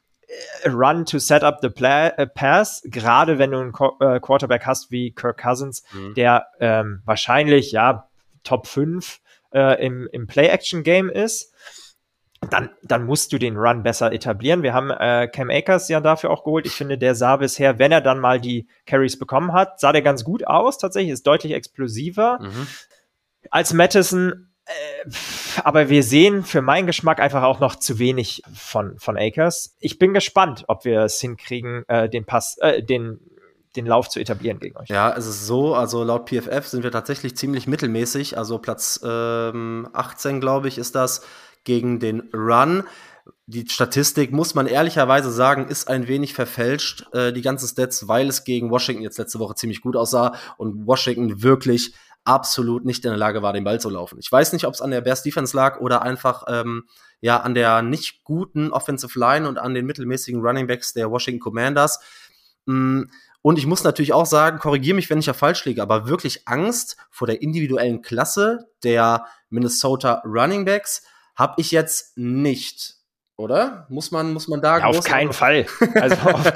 Run to set up the play, äh, pass, gerade wenn du einen Qu- äh, Quarterback hast wie Kirk Cousins, mhm. der ähm, wahrscheinlich ja Top fünf äh, im, im Play-Action-Game ist. Dann, dann musst du den Run besser etablieren. Wir haben äh, Cam Akers ja dafür auch geholt. Ich finde, der sah bisher, wenn er dann mal die Carries bekommen hat, sah der ganz gut aus. Tatsächlich ist deutlich explosiver mhm. als Mattison. Äh, aber wir sehen für meinen Geschmack einfach auch noch zu wenig von, von Akers. Ich bin gespannt, ob wir es hinkriegen, äh, den Pass, äh, den den Lauf zu etablieren gegen euch. Ja, es ist so, also laut P F F sind wir tatsächlich ziemlich mittelmäßig. Also Platz ähm, achtzehn, glaube ich, ist das gegen den Run. Die Statistik, muss man ehrlicherweise sagen, ist ein wenig verfälscht, äh, die ganzen Stats, weil es gegen Washington jetzt letzte Woche ziemlich gut aussah und Washington wirklich absolut nicht in der Lage war, den Ball zu laufen. Ich weiß nicht, ob es an der Bears Defense lag oder einfach ähm, ja an der nicht guten Offensive Line und an den mittelmäßigen Running Backs der Washington Commanders. Mm, Und ich muss natürlich auch sagen, korrigiere mich, wenn ich ja falsch liege, aber wirklich Angst vor der individuellen Klasse der Minnesota Running Backs habe ich jetzt nicht. Oder? Muss man, muss man da... Ja, auf keinen Fall. Also auf,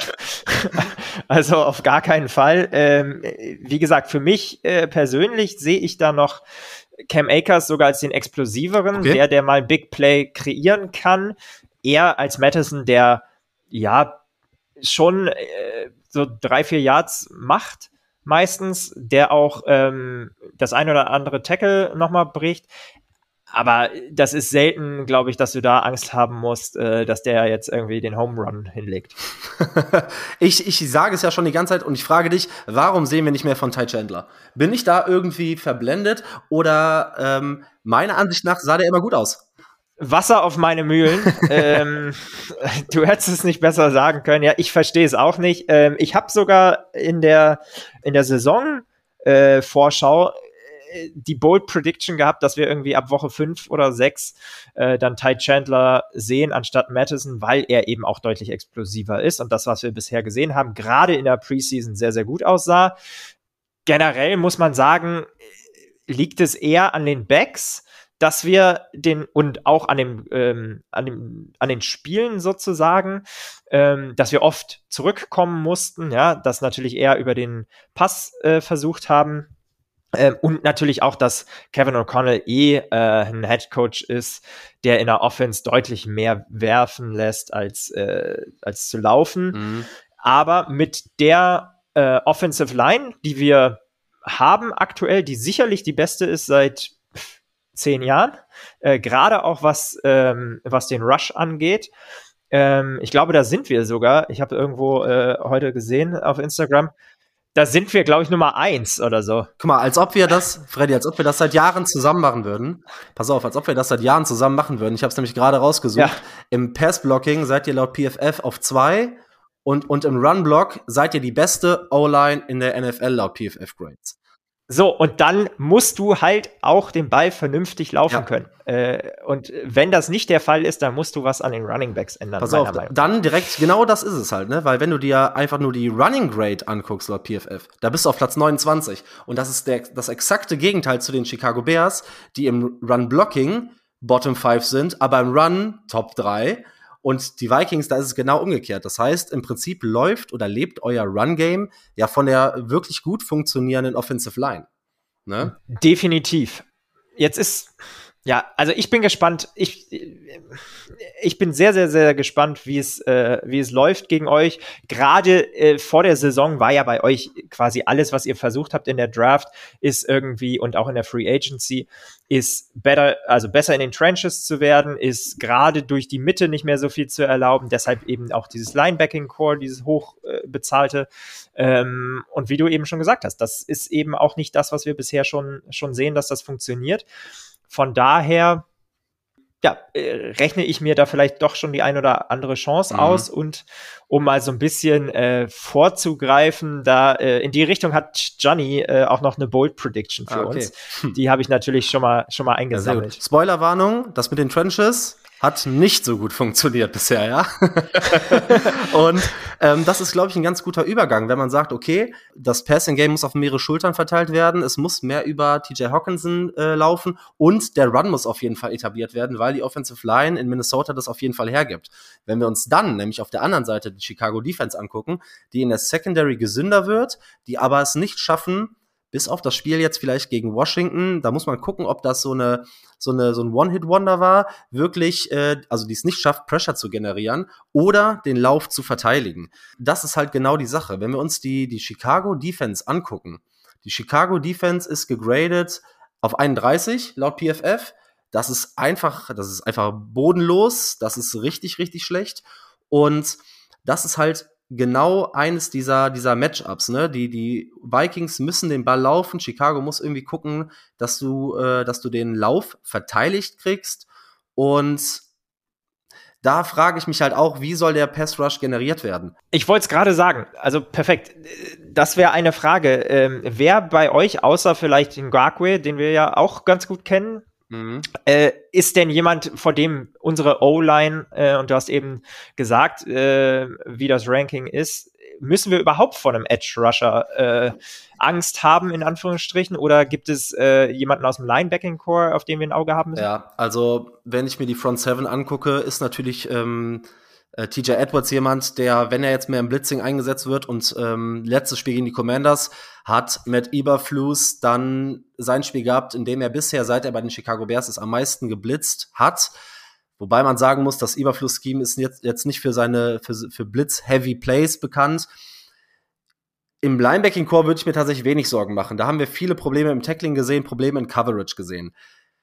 also auf gar keinen Fall. Ähm, wie gesagt, für mich äh, persönlich sehe ich da noch Cam Akers sogar als den explosiveren, okay. der, der mal Big Play kreieren kann. Eher als Mattison, der ja schon äh, so drei, vier Yards macht meistens, der auch ähm, das ein oder andere Tackle nochmal bricht. Aber das ist selten, glaube ich, dass du da Angst haben musst, äh, dass der jetzt irgendwie den Home Run hinlegt. ich, ich sage es ja schon die ganze Zeit und ich frage dich, warum sehen wir nicht mehr von Ty Chandler? Bin ich da irgendwie verblendet oder ähm, meiner Ansicht nach sah der immer gut aus? Wasser auf meine Mühlen. ähm, du hättest es nicht besser sagen können. Ja, ich verstehe es auch nicht. Ähm, ich habe sogar in der, in der Saison äh, Vorschau die Bold Prediction gehabt, dass wir irgendwie ab Woche fünf oder sechs äh, dann Ty Chandler sehen anstatt Mattison, weil er eben auch deutlich explosiver ist und das, was wir bisher gesehen haben, gerade in der Preseason sehr, sehr gut aussah. Generell muss man sagen, liegt es eher an den Backs, dass wir den und auch an dem, ähm, an dem, an den Spielen sozusagen, ähm, dass wir oft zurückkommen mussten, ja, das natürlich eher über den Pass äh, versucht haben. Ähm, und natürlich auch, dass Kevin O'Connell eh äh, ein Headcoach ist, der in der Offense deutlich mehr werfen lässt, als, äh, als zu laufen. Mhm. Aber mit der äh, Offensive Line, die wir haben aktuell, die sicherlich die beste ist seit zehn Jahren, äh, gerade auch was, ähm, was den Rush angeht. Ähm, ich glaube, da sind wir sogar, ich habe irgendwo äh, heute gesehen auf Instagram, da sind wir, glaube ich, Nummer eins oder so. Guck mal, als ob wir das, Freddy, als ob wir das seit Jahren zusammen machen würden. Pass auf, als ob wir das seit Jahren zusammen machen würden. Ich habe es nämlich gerade rausgesucht. Ja. Im Pass-Blocking seid ihr laut P F F auf zwei und, und im Run-Block seid ihr die beste O-Line in der N F L laut P F F-Grades. So, und dann musst du halt auch den Ball vernünftig laufen ja. können. Äh, und wenn das nicht der Fall ist, dann musst du was an den Running Backs ändern. Pass auf, dann direkt, genau das ist es halt, ne? Weil wenn du dir einfach nur die Running Grade anguckst laut P F F, da bist du auf Platz neunundzwanzig. Und das ist der, das exakte Gegenteil zu den Chicago Bears, die im Run-Blocking Bottom five sind, aber im Run Top drei. Und die Vikings, da ist es genau umgekehrt. Das heißt, im Prinzip läuft oder lebt euer Run-Game ja von der wirklich gut funktionierenden Offensive Line. Ne? Definitiv. Jetzt ist, ja, also ich bin gespannt. Ich, ich bin sehr, sehr, sehr gespannt, wie es, äh, wie es läuft gegen euch. Gerade äh, vor der Saison war ja bei euch quasi alles, was ihr versucht habt in der Draft, ist irgendwie und auch in der Free Agency, ist better, also besser in den Trenches zu werden, ist gerade durch die Mitte nicht mehr so viel zu erlauben. Deshalb eben auch dieses Linebacking-Core, dieses hochbezahlte. Äh, ähm, und wie du eben schon gesagt hast, das ist eben auch nicht das, was wir bisher schon, schon sehen, dass das funktioniert. Von daher, ja, äh, rechne ich mir da vielleicht doch schon die ein oder andere Chance mhm. aus und um mal so ein bisschen äh, vorzugreifen, da äh, in die Richtung hat Johnny äh, auch noch eine Bold Prediction für ah, okay. uns. Hm. Die habe ich natürlich schon mal schon mal eingesammelt. Ja, Spoilerwarnung, das mit den Trenches hat nicht so gut funktioniert bisher, ja. Und ähm, das ist, glaube ich, ein ganz guter Übergang, wenn man sagt, okay, das Passing-Game muss auf mehrere Schultern verteilt werden, es muss mehr über T J Hockenson äh, laufen und der Run muss auf jeden Fall etabliert werden, weil die Offensive Line in Minnesota das auf jeden Fall hergibt. Wenn wir uns dann nämlich auf der anderen Seite die Chicago Defense angucken, die in der Secondary gesünder wird, die aber es nicht schaffen, bis auf das Spiel jetzt vielleicht gegen Washington, da muss man gucken, ob das so eine so eine so ein One-Hit-Wonder war, wirklich, äh, also die es nicht schafft, Pressure zu generieren oder den Lauf zu verteidigen. Das ist halt genau die Sache. Wenn wir uns die die Chicago Defense angucken, die Chicago Defense ist gegradet auf einunddreißig laut P F F. Das ist einfach, das ist einfach bodenlos. Das ist richtig, richtig schlecht. Und das ist halt genau eines dieser, dieser Matchups, ne? Die, die Vikings müssen den Ball laufen. Chicago muss irgendwie gucken, dass du, äh, dass du den Lauf verteidigt kriegst. Und da frage ich mich halt auch, wie soll der Pass Rush generiert werden? Ich wollte es gerade sagen. Also perfekt. Das wäre eine Frage. Ähm, wer bei euch, außer vielleicht Ngakoue, den wir ja auch ganz gut kennen, Mhm. Äh, ist denn jemand, vor dem unsere O-Line, äh, und du hast eben gesagt, äh, wie das Ranking ist, müssen wir überhaupt vor einem Edge-Rusher äh, Angst haben, in Anführungsstrichen, oder gibt es äh, jemanden aus dem Linebacking-Core, auf den wir ein Auge haben müssen? Ja, also wenn ich mir die Front Seven angucke, ist natürlich ähm, äh, T J Edwards jemand, der, wenn er jetzt mehr im Blitzing eingesetzt wird und ähm, letztes Spiel gegen die Commanders hat Matt Eberflus dann sein Spiel gehabt, in dem er bisher, seit er bei den Chicago Bears ist, am meisten geblitzt hat. Wobei man sagen muss, das Eberflus-Scheme ist jetzt, jetzt nicht für seine für, für Blitz-Heavy Plays bekannt. Im Linebacking-Core würde ich mir tatsächlich wenig Sorgen machen. Da haben wir viele Probleme im Tackling gesehen, Probleme in Coverage gesehen.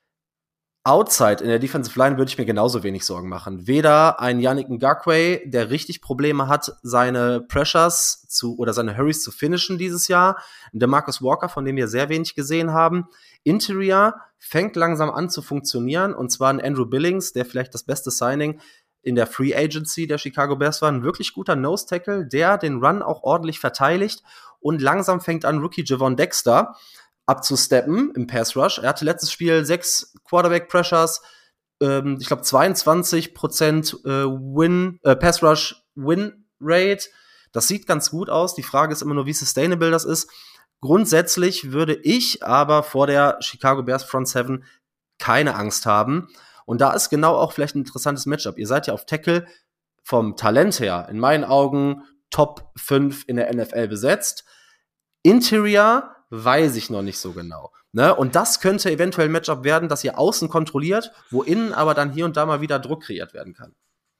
Outside in der Defensive Line würde ich mir genauso wenig Sorgen machen. Weder ein Yannick Ngakoue, der richtig Probleme hat, seine Pressures zu oder seine Hurries zu finishen dieses Jahr. Der Marcus Walker, von dem wir sehr wenig gesehen haben. Interior fängt langsam an zu funktionieren, und zwar ein Andrew Billings, der vielleicht das beste Signing in der Free Agency der Chicago Bears war. Ein wirklich guter Nose-Tackle, der den Run auch ordentlich verteidigt, und langsam fängt an, Rookie Javon Dexter abzusteppen im Pass Rush. Er hatte letztes Spiel sechs Quarterback Pressures, ähm, ich glaube zweiundzwanzig Prozent äh, Win, äh, Pass Rush Win Rate. Das sieht ganz gut aus. Die Frage ist immer nur, wie sustainable das ist. Grundsätzlich würde ich aber vor der Chicago Bears Front Seven keine Angst haben. Und da ist genau auch vielleicht ein interessantes Matchup. Ihr seid ja auf Tackle vom Talent her, in meinen Augen, Top fünf in der N F L besetzt. Interior weiß ich noch nicht so genau. Ne? Und das könnte eventuell ein Matchup werden, das ihr außen kontrolliert, wo innen aber dann hier und da mal wieder Druck kreiert werden kann.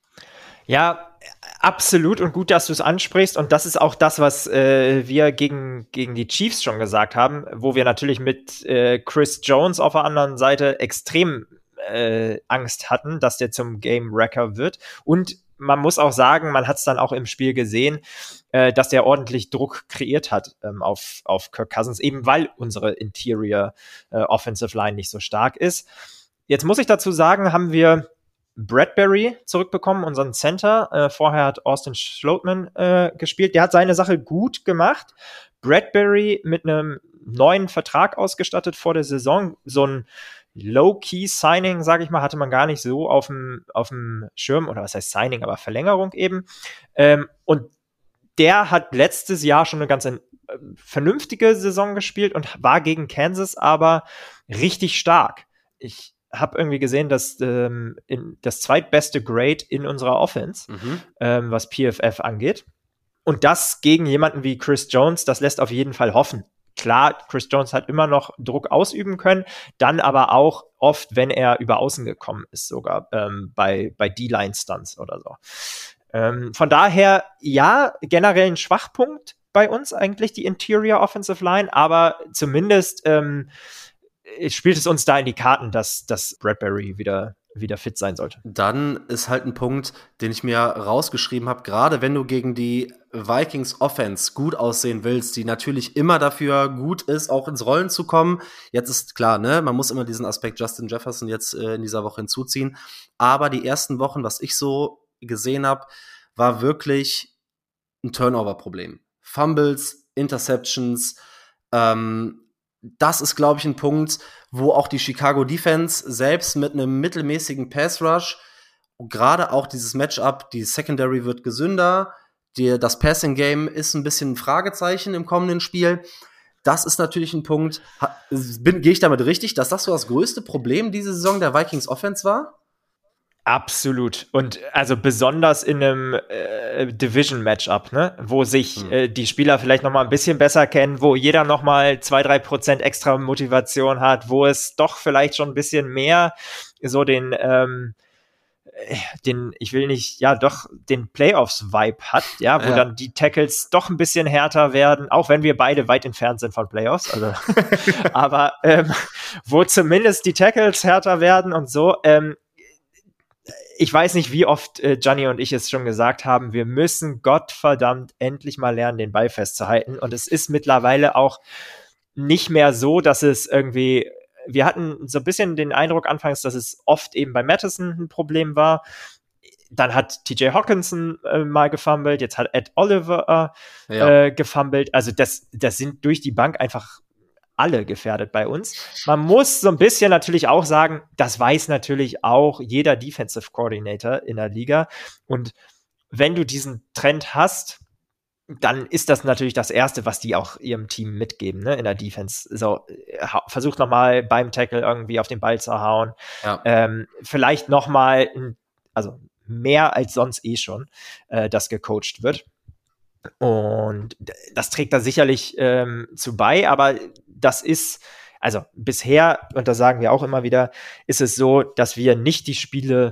Ja, absolut, und gut, dass du es ansprichst, und das ist auch das, was äh, wir gegen, gegen die Chiefs schon gesagt haben, wo wir natürlich mit äh, Chris Jones auf der anderen Seite extrem äh, Angst hatten, dass der zum Game-Wrecker wird, und man muss auch sagen, man hat es dann auch im Spiel gesehen, äh, dass der ordentlich Druck kreiert hat ähm, auf, auf Kirk Cousins, eben weil unsere Interior äh, Offensive Line nicht so stark ist. Jetzt muss ich dazu sagen, haben wir Bradbury zurückbekommen, unseren Center. Äh, vorher hat Austin Schlottmann äh, gespielt. Der hat seine Sache gut gemacht. Bradbury mit einem neuen Vertrag ausgestattet vor der Saison. So ein Low-Key-Signing, sage ich mal, hatte man gar nicht so auf dem auf dem Schirm, oder was heißt Signing, aber Verlängerung eben. Ähm, und der hat letztes Jahr schon eine ganz äh, vernünftige Saison gespielt und war gegen Kansas aber richtig stark. Ich habe irgendwie gesehen, dass ähm, in, das zweitbeste Grade in unserer Offense, mhm. ähm, was P F F angeht. Und das gegen jemanden wie Chris Jones, das lässt auf jeden Fall hoffen. Klar, Chris Jones hat immer noch Druck ausüben können, dann aber auch oft, wenn er über Außen gekommen ist, sogar ähm, bei, bei D-Line-Stunts oder so. Ähm, von daher, ja, generell ein Schwachpunkt bei uns eigentlich, die Interior Offensive Line, aber zumindest ähm, spielt es uns da in die Karten, dass, dass Bradbury wieder, wieder fit sein sollte. Dann ist halt ein Punkt, den ich mir rausgeschrieben habe, gerade wenn du gegen die Vikings Offense gut aussehen willst, die natürlich immer dafür gut ist, auch ins Rollen zu kommen. Jetzt ist klar, ne, man muss immer diesen Aspekt Justin Jefferson jetzt äh, in dieser Woche hinzuziehen. Aber die ersten Wochen, was ich so gesehen habe, war wirklich ein Turnover-Problem. Fumbles, Interceptions, ähm, das ist, glaube ich, ein Punkt, wo auch die Chicago Defense selbst mit einem mittelmäßigen Pass Rush, gerade auch dieses Matchup, die Secondary wird gesünder, die, das Passing Game ist ein bisschen ein Fragezeichen im kommenden Spiel. Das ist natürlich ein Punkt, gehe ich damit richtig, dass das so das größte Problem diese Saison der Vikings Offense war? Absolut. Und also besonders in einem äh, Division-Matchup, ne? Wo sich hm. äh, die Spieler vielleicht noch mal ein bisschen besser kennen, wo jeder noch mal zwei, drei Prozent extra Motivation hat, wo es doch vielleicht schon ein bisschen mehr so den, ähm, den, ich will nicht, ja doch, den Playoffs-Vibe hat, ja, wo ja. dann die Tackles doch ein bisschen härter werden, auch wenn wir beide weit entfernt sind von Playoffs, also aber ähm, wo zumindest die Tackles härter werden und so, ähm, ich weiß nicht, wie oft äh, Gianni und ich es schon gesagt haben, wir müssen Gottverdammt endlich mal lernen, den Ball festzuhalten. Und es ist mittlerweile auch nicht mehr so, dass es irgendwie, wir hatten so ein bisschen den Eindruck anfangs, dass es oft eben bei Mattison ein Problem war. Dann hat T J Hockenson äh, mal gefummelt, jetzt hat Ed Oliver äh, ja. äh, gefummelt. Also das, das sind durch die Bank einfach alle gefährdet bei uns. Man muss so ein bisschen natürlich auch sagen, das weiß natürlich auch jeder Defensive Coordinator in der Liga. Und wenn du diesen Trend hast, dann ist das natürlich das Erste, was die auch ihrem Team mitgeben, ne, in der Defense. So, ha- versucht nochmal beim Tackle irgendwie auf den Ball zu hauen. Ja. Ähm, vielleicht nochmal, also mehr als sonst eh schon, äh, das gecoacht wird. Und das trägt da sicherlich ähm, zu bei, aber das ist, also bisher, und das sagen wir auch immer wieder, ist es so, dass wir nicht die Spiele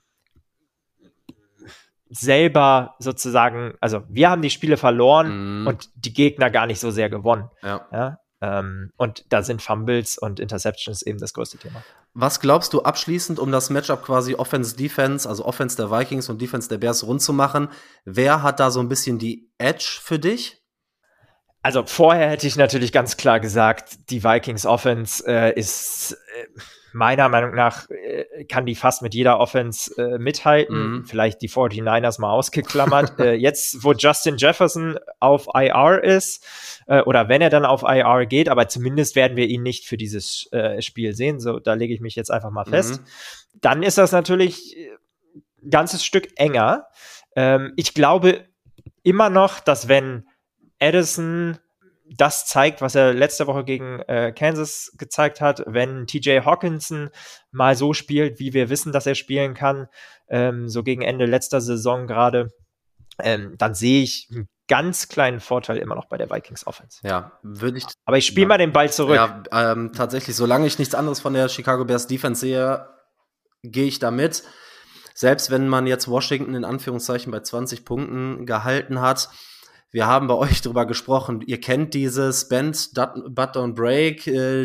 selber sozusagen, also wir haben die Spiele verloren Mhm. und die Gegner gar nicht so sehr gewonnen. Ja. Ja? Ähm, und da sind Fumbles und Interceptions eben das größte Thema. Was glaubst du abschließend, um das Matchup quasi Offense-Defense, also Offense der Vikings und Defense der Bears rund zu machen? Wer hat da so ein bisschen die Edge für dich? Also vorher hätte ich natürlich ganz klar gesagt, die Vikings Offense äh, ist äh, meiner Meinung nach, äh, kann die fast mit jeder Offense äh, mithalten. Mhm. Vielleicht die forty-niners mal ausgeklammert. äh, jetzt, wo Justin Jefferson auf I R ist, äh, oder wenn er dann auf I R geht, aber zumindest werden wir ihn nicht für dieses äh, Spiel sehen. So, da lege ich mich jetzt einfach mal fest. Mhm. Dann ist das natürlich ein ganzes Stück enger. Ähm, ich glaube immer noch, dass wenn Addison das zeigt, was er letzte Woche gegen äh, Kansas gezeigt hat, wenn T J Hawkinson mal so spielt, wie wir wissen, dass er spielen kann, ähm, so gegen Ende letzter Saison gerade, ähm, dann sehe ich einen ganz kleinen Vorteil immer noch bei der Vikings Offense. Ja, würde ich. Aber ich spiele ja. mal den Ball zurück. Ja, ähm, tatsächlich, solange ich nichts anderes von der Chicago Bears Defense sehe, gehe ich da mit. Selbst wenn man jetzt Washington in Anführungszeichen bei zwanzig Punkten gehalten hat, wir haben bei euch drüber gesprochen, ihr kennt dieses Bend, But Don't Break äh,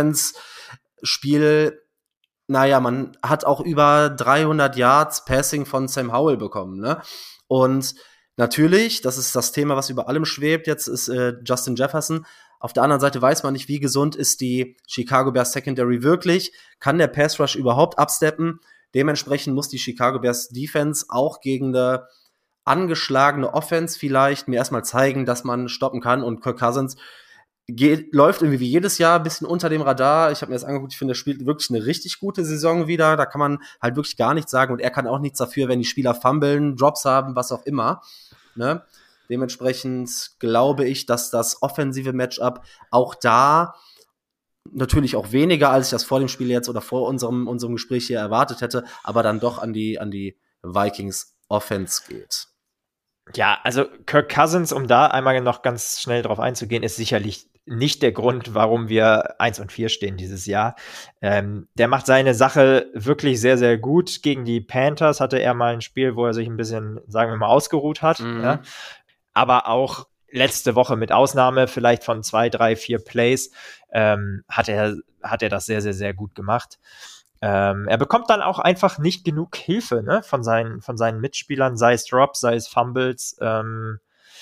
Defense-Spiel. Naja, man hat auch über dreihundert Yards Passing von Sam Howell bekommen, ne? Und natürlich, das ist das Thema, was über allem schwebt jetzt, ist äh, Justin Jefferson. Auf der anderen Seite weiß man nicht, wie gesund ist die Chicago Bears Secondary wirklich. Kann der Pass Rush überhaupt absteppen? Dementsprechend muss die Chicago Bears Defense auch gegen eine angeschlagene Offense vielleicht mir erstmal zeigen, dass man stoppen kann. Und Kirk Cousins geht, läuft irgendwie wie jedes Jahr ein bisschen unter dem Radar. Ich habe mir das angeguckt, ich finde, er spielt wirklich eine richtig gute Saison wieder. Da kann man halt wirklich gar nichts sagen. Und er kann auch nichts dafür, wenn die Spieler fummeln, Drops haben, was auch immer. Ne? Dementsprechend glaube ich, dass das offensive Matchup auch da natürlich auch weniger, als ich das vor dem Spiel jetzt oder vor unserem, unserem Gespräch hier erwartet hätte, aber dann doch an die, an die Vikings Offense geht. Ja, also Kirk Cousins, um da einmal noch ganz schnell drauf einzugehen, ist sicherlich nicht der Grund, warum wir eins und vier stehen dieses Jahr. Ähm, der macht seine Sache wirklich sehr, sehr gut. Gegen die Panthers hatte er mal ein Spiel, wo er sich ein bisschen, sagen wir mal, ausgeruht hat. Mhm. Ja? Aber auch letzte Woche mit Ausnahme vielleicht von zwei, drei, vier Plays ähm, hat er, hat er das sehr, sehr, sehr gut gemacht. Ähm, er bekommt dann auch einfach nicht genug Hilfe, ne, von seinen, von seinen Mitspielern, sei es Drops, sei es Fumbles. Ähm,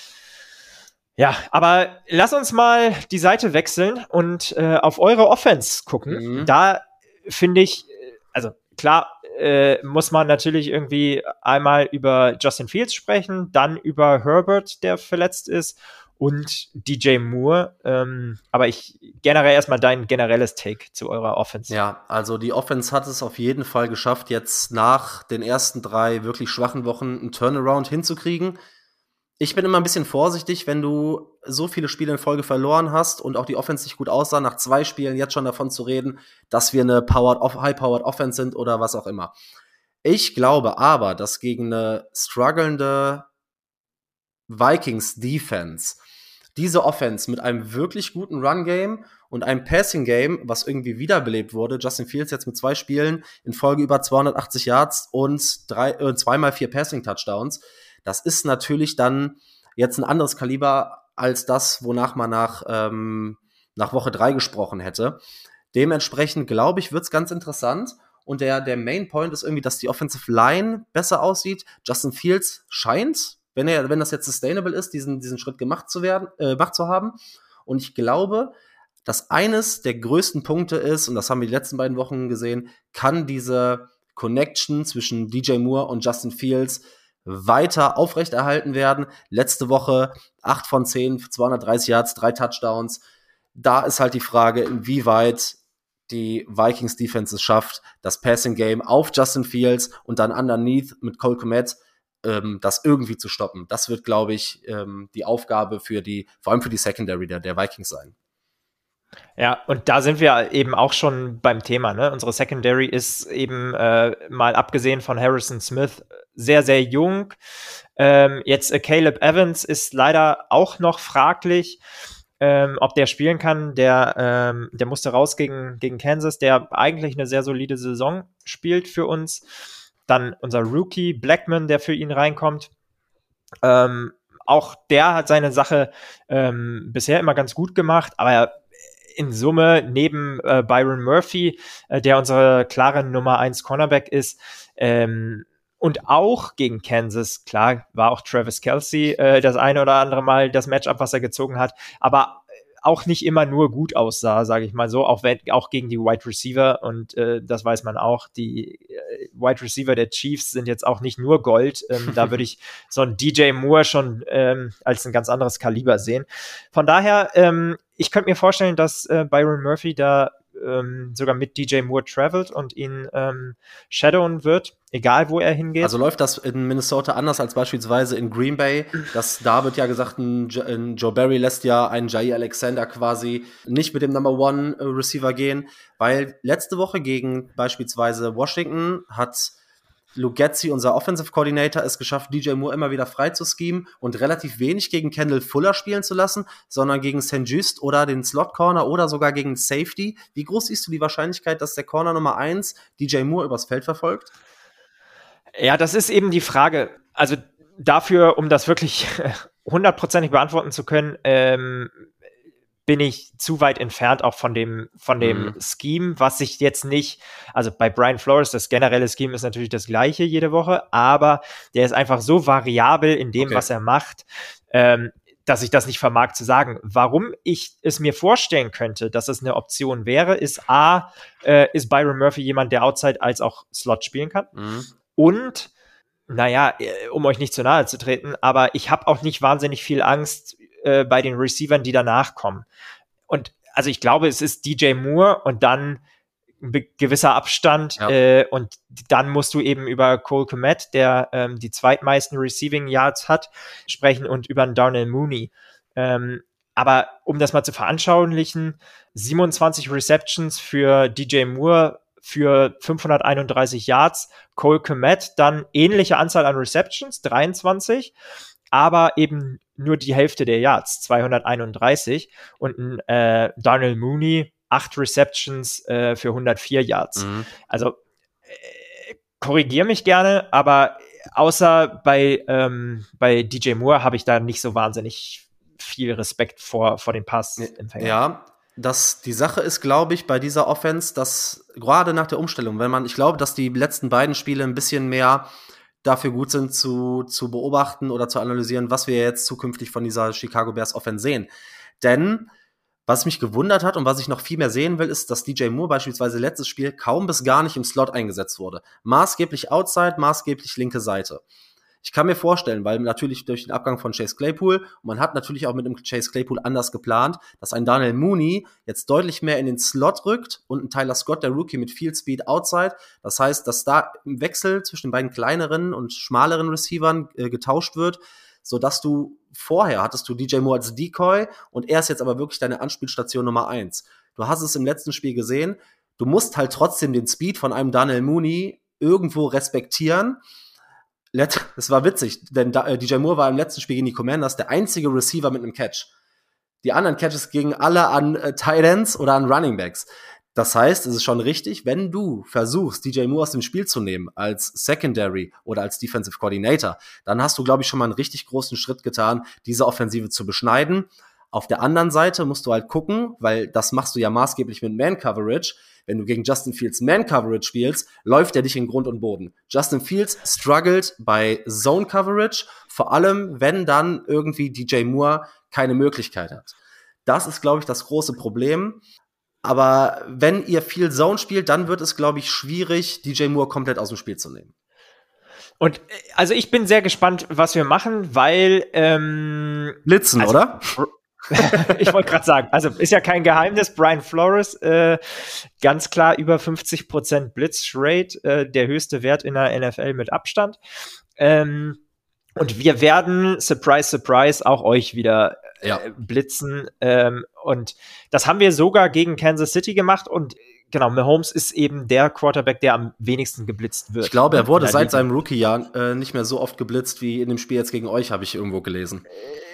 ja, aber lass uns mal die Seite wechseln und äh, auf eure Offense gucken. Mhm. Da finde ich, also klar, äh, muss man natürlich irgendwie einmal über Justin Fields sprechen, dann über Herbert, der verletzt ist, und D J Moore. Ähm, aber ich generell erstmal dein generelles Take zu eurer Offense. Ja, also die Offense hat es auf jeden Fall geschafft, jetzt nach den ersten drei wirklich schwachen Wochen einen Turnaround hinzukriegen. Ich bin immer ein bisschen vorsichtig, wenn du so viele Spiele in Folge verloren hast und auch die Offense nicht gut aussah, nach zwei Spielen jetzt schon davon zu reden, dass wir eine Powered, High-Powered Offense sind oder was auch immer. Ich glaube aber, dass gegen eine strugglende Vikings-Defense diese Offense mit einem wirklich guten Run-Game und einem Passing-Game, was irgendwie wiederbelebt wurde, Justin Fields jetzt mit zwei Spielen in Folge über zweihundertachtzig Yards und drei, äh, zweimal vier Passing-Touchdowns, das ist natürlich dann jetzt ein anderes Kaliber als das, wonach man nach, ähm, nach Woche drei gesprochen hätte. Dementsprechend, glaube ich, wird's ganz interessant. Und der, der Main Point ist irgendwie, dass die Offensive Line besser aussieht. Justin Fields scheint, wenn er, wenn das jetzt sustainable ist, diesen, diesen Schritt gemacht zu werden, äh, gemacht zu haben. Und ich glaube, dass eines der größten Punkte ist, und das haben wir die letzten beiden Wochen gesehen, kann diese Connection zwischen D J Moore und Justin Fields weiter aufrechterhalten werden. Letzte Woche acht von zehn, zweihundertdreißig Yards, drei Touchdowns. Da ist halt die Frage, inwieweit die Vikings Defense es schafft, das Passing Game auf Justin Fields und dann underneath mit Cole Kmet ähm, das irgendwie zu stoppen. Das wird, glaube ich, ähm, die Aufgabe für die, vor allem für die Secondary der, der Vikings sein. Ja, und da sind wir eben auch schon beim Thema, ne? Unsere Secondary ist eben äh, mal abgesehen von Harrison Smith sehr, sehr jung. Ähm, jetzt äh, Caleb Evans ist leider auch noch fraglich, ähm, ob der spielen kann. Der, ähm, der musste raus gegen, gegen Kansas, der eigentlich eine sehr solide Saison spielt für uns. Dann unser Rookie Blackman, der für ihn reinkommt. Ähm, auch der hat seine Sache ähm, bisher immer ganz gut gemacht, aber er in Summe neben äh, Byron Murphy, äh, der unsere klare Nummer eins Cornerback ist, ähm, und auch gegen Kansas, klar, war auch Travis Kelce äh, das eine oder andere Mal das Matchup, was er gezogen hat, aber auch nicht immer nur gut aussah, sage ich mal so, auch, wenn, auch gegen die Wide Receiver und äh, das weiß man auch, die äh, Wide Receiver der Chiefs sind jetzt auch nicht nur Gold, ähm, da würde ich so einen D J Moore schon ähm, als ein ganz anderes Kaliber sehen. Von daher, ähm, ich könnte mir vorstellen, dass äh, Byron Murphy da ähm, sogar mit D J Moore travelt und ihn ähm, shadowen wird, egal wo er hingeht. Also läuft das in Minnesota anders als beispielsweise in Green Bay. Das, da wird ja gesagt, ein, ein Joe Barry lässt ja einen Jair Alexander quasi nicht mit dem Number One Receiver gehen, weil letzte Woche gegen beispielsweise Washington hat Luke Getsy, unser Offensive Coordinator, es geschafft, D J Moore immer wieder frei zu schemen und relativ wenig gegen Kendall Fuller spielen zu lassen, sondern gegen Saint-Just oder den Slot Corner oder sogar gegen Safety. Wie groß siehst du die Wahrscheinlichkeit, dass der Corner Nummer eins D J Moore übers Feld verfolgt? Ja, das ist eben die Frage. Also dafür, um das wirklich hundertprozentig beantworten zu können, ähm, bin ich zu weit entfernt auch von dem, von dem mhm. Scheme, was sich jetzt nicht, also bei Brian Flores, das generelle Scheme ist natürlich das gleiche jede Woche, aber der ist einfach so variabel in dem, okay. was er macht, ähm, dass ich das nicht vermag zu sagen. Warum ich es mir vorstellen könnte, dass es eine Option wäre, ist A, äh, ist Byron Murphy jemand, der Outside als auch Slot spielen kann. Mhm. Und, naja, um euch nicht zu nahe zu treten, aber ich habe auch nicht wahnsinnig viel Angst äh, bei den Receivern, die danach kommen. Und also ich glaube, es ist D J Moore und dann ein be- gewisser Abstand ja. äh, und dann musst du eben über Cole Kmet, der ähm, die zweitmeisten Receiving Yards hat, sprechen und über einen Darnell Mooney. Ähm, aber um das mal zu veranschaulichen, siebenundzwanzig Receptions für D J Moore für fünfhunderteinunddreißig Yards, Cole Kmet dann ähnliche Anzahl an Receptions, dreiundzwanzig, aber eben nur die Hälfte der Yards, zweihunderteinunddreißig, und ein äh, Darnell Mooney, acht Receptions äh, für hundertvier Yards. Mhm. Also äh, korrigiere mich gerne, aber außer bei, ähm, bei D J Moore habe ich da nicht so wahnsinnig viel Respekt vor, vor den Passempfängern. Ja, das, die Sache ist, glaube ich, bei dieser Offense, dass gerade nach der Umstellung, wenn man, ich glaube, dass die letzten beiden Spiele ein bisschen mehr dafür gut sind, zu, zu beobachten oder zu analysieren, was wir jetzt zukünftig von dieser Chicago Bears Offense sehen. Denn was mich gewundert hat und was ich noch viel mehr sehen will, ist, dass D J Moore beispielsweise letztes Spiel kaum bis gar nicht im Slot eingesetzt wurde. Maßgeblich Outside, maßgeblich linke Seite. Ich kann mir vorstellen, weil natürlich durch den Abgang von Chase Claypool, und man hat natürlich auch mit dem Chase Claypool anders geplant, dass ein Darnell Mooney jetzt deutlich mehr in den Slot rückt und ein Tyler Scott, der Rookie, mit Field Speed Outside. Das heißt, dass da im Wechsel zwischen den beiden kleineren und schmaleren Receivern äh, getauscht wird, sodass du vorher hattest du D J Moore als Decoy und er ist jetzt aber wirklich deine Anspielstation Nummer eins. Du hast es im letzten Spiel gesehen, du musst halt trotzdem den Speed von einem Darnell Mooney irgendwo respektieren. Es war witzig, denn D J Moore war im letzten Spiel gegen die Commanders der einzige Receiver mit einem Catch. Die anderen Catches gingen alle an äh, Tight Ends oder an Running Backs. Das heißt, es ist schon richtig, wenn du versuchst, D J Moore aus dem Spiel zu nehmen als Secondary oder als Defensive Coordinator, dann hast du, glaube ich, schon mal einen richtig großen Schritt getan, diese Offensive zu beschneiden. Auf der anderen Seite musst du halt gucken, weil das machst du ja maßgeblich mit Man-Coverage. Wenn du gegen Justin Fields Man-Coverage spielst, läuft er dich in Grund und Boden. Justin Fields struggelt bei Zone-Coverage, vor allem, wenn dann irgendwie D J Moore keine Möglichkeit hat. Das ist, glaube ich, das große Problem. Aber wenn ihr viel Zone spielt, dann wird es, glaube ich, schwierig, D J Moore komplett aus dem Spiel zu nehmen. Und also ich bin sehr gespannt, was wir machen, weil ähm, Blitzen, also, oder? Ich wollte gerade sagen, also ist ja kein Geheimnis, Brian Flores, äh, ganz klar über fünfzig Prozent Blitzrate, äh, der höchste Wert in der N F L mit Abstand. Ähm, Und wir werden, surprise, surprise, auch euch wieder äh, Ja. blitzen. Ähm, und das haben wir sogar gegen Kansas City gemacht. Und genau, Mahomes ist eben der Quarterback, der am wenigsten geblitzt wird. Ich glaube, er wurde In der seit Liga. seinem Rookie-Jahr äh, nicht mehr so oft geblitzt wie in dem Spiel jetzt gegen euch, habe ich irgendwo gelesen.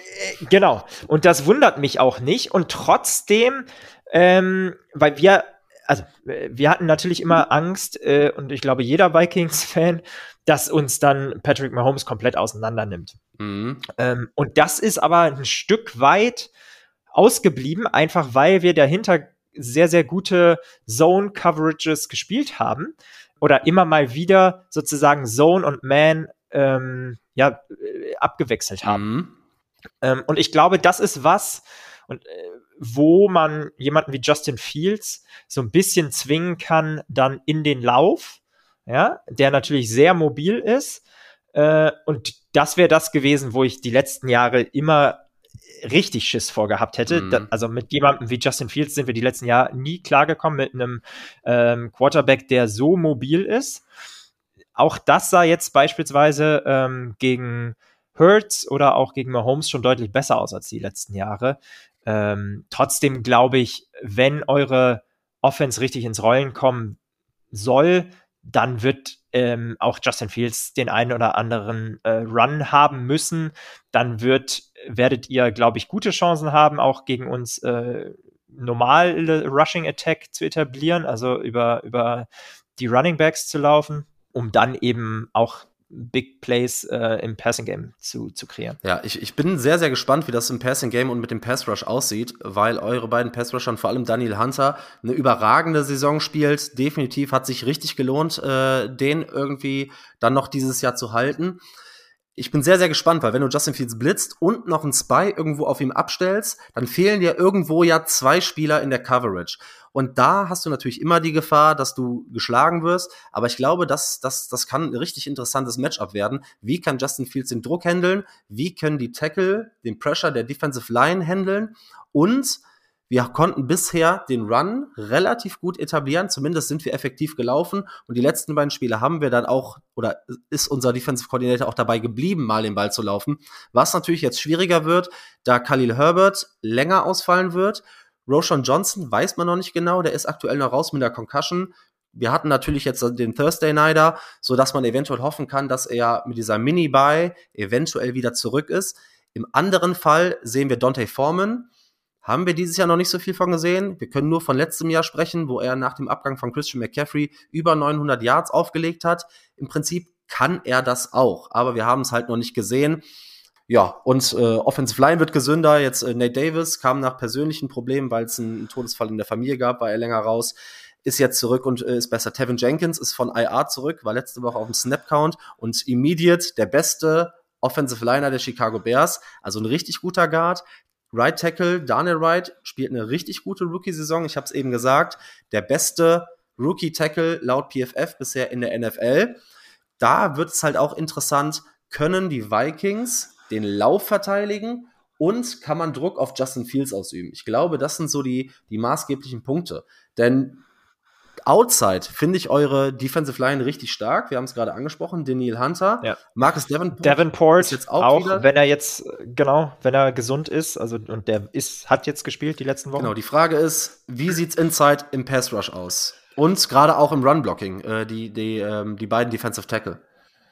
Genau. Und das wundert mich auch nicht. Und trotzdem, ähm, weil wir, also äh, wir hatten natürlich immer Angst, äh, und ich glaube, jeder Vikings-Fan, dass uns dann Patrick Mahomes komplett auseinander nimmt. Mhm. Ähm, und das ist aber ein Stück weit ausgeblieben, einfach weil wir dahinter sehr, sehr gute Zone-Coverages gespielt haben oder immer mal wieder sozusagen Zone und Man ähm, ja, äh, abgewechselt haben. Mhm. Ähm, und ich glaube, das ist was, und, äh, wo man jemanden wie Justin Fields so ein bisschen zwingen kann, dann in den Lauf, ja, der natürlich sehr mobil ist. Äh, und das wäre das gewesen, wo ich die letzten Jahre immer richtig Schiss vorgehabt hätte. Mhm. Da, also mit jemandem wie Justin Fields sind wir die letzten Jahre nie klargekommen, mit einem ähm, Quarterback, der so mobil ist. Auch das sah jetzt beispielsweise ähm, gegen Hurts oder auch gegen Mahomes schon deutlich besser aus als die letzten Jahre. Ähm, trotzdem glaube ich, wenn eure Offense richtig ins Rollen kommen soll, dann wird ähm, auch Justin Fields den einen oder anderen äh, Run haben müssen. Dann wird, werdet ihr, glaube ich, gute Chancen haben, auch gegen uns äh, normale Rushing Attack zu etablieren, also über, über die Running Backs zu laufen, um dann eben auch Big Plays äh, im Passing Game zu, zu kreieren. Ja, ich, ich bin sehr, sehr gespannt, wie das im Passing Game und mit dem Pass Rush aussieht, weil eure beiden Pass Rushern, vor allem Daniel Hunter, eine überragende Saison spielt. Definitiv hat sich richtig gelohnt, äh, den irgendwie dann noch dieses Jahr zu halten. Ich bin sehr, sehr gespannt, weil wenn du Justin Fields blitzt und noch einen Spy irgendwo auf ihm abstellst, dann fehlen dir irgendwo ja zwei Spieler in der Coverage. Und da hast du natürlich immer die Gefahr, dass du geschlagen wirst. Aber ich glaube, das, das, das kann ein richtig interessantes Matchup werden. Wie kann Justin Fields den Druck handeln? Wie können die Tackle den Pressure der Defensive Line handeln? Und wir konnten bisher den Run relativ gut etablieren. Zumindest sind wir effektiv gelaufen. Und die letzten beiden Spiele haben wir dann auch, oder ist unser Defensive Coordinator auch dabei geblieben, mal den Ball zu laufen. Was natürlich jetzt schwieriger wird, da Khalil Herbert länger ausfallen wird. Roschon Johnson weiß man noch nicht genau. Der ist aktuell noch raus mit der Concussion. Wir hatten natürlich jetzt den Thursday Nighter, sodass man eventuell hoffen kann, dass er mit dieser Mini-Bye eventuell wieder zurück ist. Im anderen Fall sehen wir Dante Foreman. Haben wir dieses Jahr noch nicht so viel von gesehen. Wir können nur von letztem Jahr sprechen, wo er nach dem Abgang von Christian McCaffrey über neunhundert Yards aufgelegt hat. Im Prinzip kann er das auch, aber wir haben es halt noch nicht gesehen. Ja, und äh, Offensive Line wird gesünder. Jetzt äh, Nate Davis kam nach persönlichen Problemen, weil es einen Todesfall in der Familie gab, war er länger raus. Ist jetzt zurück und äh, ist besser. Tevin Jenkins ist von I R zurück, war letzte Woche auf dem Snap-Count und immediate der beste Offensive Liner der Chicago Bears. Also ein richtig guter Guard. Right Tackle, Daniel Wright, spielt eine richtig gute Rookie-Saison. Ich habe es eben gesagt, der beste Rookie-Tackle laut P F F bisher in der N F L. Da wird es halt auch interessant, können die Vikings den Lauf verteidigen und kann man Druck auf Justin Fields ausüben. Ich glaube, das sind so die, die maßgeblichen Punkte. Denn outside finde ich eure Defensive Line richtig stark. Wir haben es gerade angesprochen, Daniel Hunter, ja. Marcus Davenport, Davenport ist jetzt auch, auch wieder. Wenn er jetzt, genau, wenn er gesund ist, also und der ist, hat jetzt gespielt die letzten Wochen. Genau, die Frage ist, wie sieht's inside im Pass Rush aus? Und gerade auch im Run Blocking, äh, die, die, ähm, die beiden Defensive Tackle.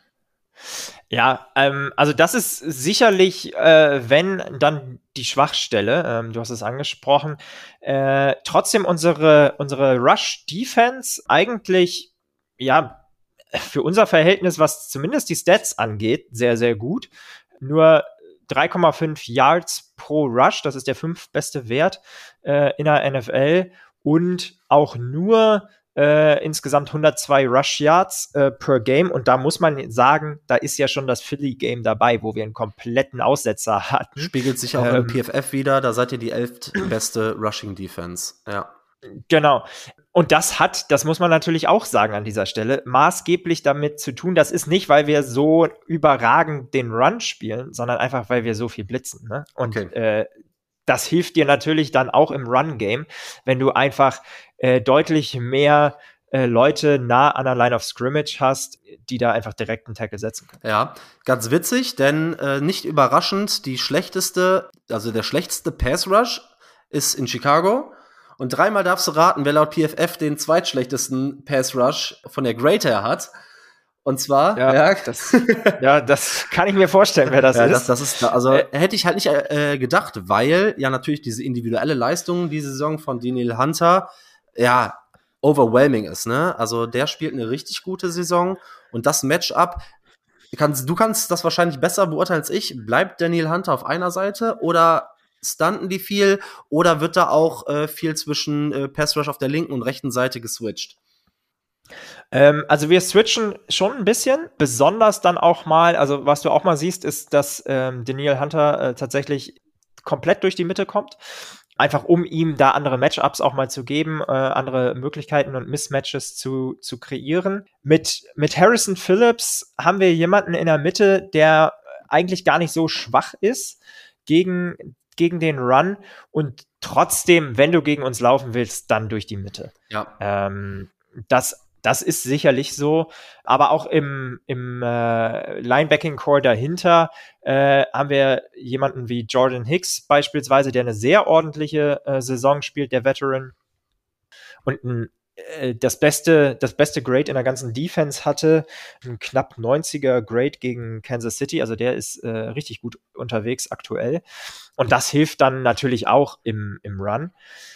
Ja, ähm, also das ist sicherlich, äh, wenn dann die Schwachstelle, ähm, du hast es angesprochen, äh, trotzdem unsere, unsere Rush-Defense eigentlich, ja, für unser Verhältnis, was zumindest die Stats angeht, sehr, sehr gut. Nur drei Komma fünf Yards pro Rush, das ist der fünftbeste Wert äh, in der N F L und auch nur Äh, insgesamt hundertzwei Rush Yards äh, per Game und da muss man sagen, da ist ja schon das Philly-Game dabei, wo wir einen kompletten Aussetzer hatten. Spiegelt sich auch ähm, im P F F wieder, da seid ihr die elftbeste Rushing Defense. Ja. Genau. Und das hat, das muss man natürlich auch sagen an dieser Stelle, maßgeblich damit zu tun, das ist nicht, weil wir so überragend den Run spielen, sondern einfach, weil wir so viel blitzen. Ne? Und okay. äh, das hilft dir natürlich dann auch im Run-Game, wenn du einfach äh, deutlich mehr äh, Leute nah an der Line of Scrimmage hast, die da einfach direkt einen Tackle setzen können. Ja, ganz witzig, denn äh, nicht überraschend, die schlechteste, also der schlechteste Pass-Rush ist in Chicago. Und dreimal darfst du raten, wer laut P F F den zweitschlechtesten Pass-Rush von der Grade her hat. Und zwar, ja, ja, das, ja, das kann ich mir vorstellen, wer das ja, ist. Das, das ist. Also äh, hätte ich halt nicht äh, gedacht, weil ja natürlich diese individuelle Leistung diese Saison von Danielle Hunter, ja, overwhelming ist, ne? Also der spielt eine richtig gute Saison und das Matchup, kannst, du kannst das wahrscheinlich besser beurteilen als ich. Bleibt Danielle Hunter auf einer Seite oder stunten die viel oder wird da auch äh, viel zwischen äh, Pass Rush auf der linken und rechten Seite geswitcht? Ähm, also wir switchen schon ein bisschen, besonders dann auch mal, also was du auch mal siehst, ist, dass ähm, Danielle Hunter äh, tatsächlich komplett durch die Mitte kommt, einfach um ihm da andere Matchups auch mal zu geben, äh, andere Möglichkeiten und Mismatches zu, zu kreieren. Mit, mit Harrison Phillips haben wir jemanden in der Mitte, der eigentlich gar nicht so schwach ist gegen, gegen den Run und trotzdem, wenn du gegen uns laufen willst, dann durch die Mitte. Ja. Ähm, das Das ist sicherlich so, aber auch im, im äh, Linebacking-Core dahinter äh, haben wir jemanden wie Jordan Hicks beispielsweise, der eine sehr ordentliche äh, Saison spielt, der Veteran, und ein, äh, das beste das beste Grade in der ganzen Defense hatte, ein knapp neunziger Grade gegen Kansas City, also der ist äh, richtig gut unterwegs aktuell und das hilft dann natürlich auch im, im Run.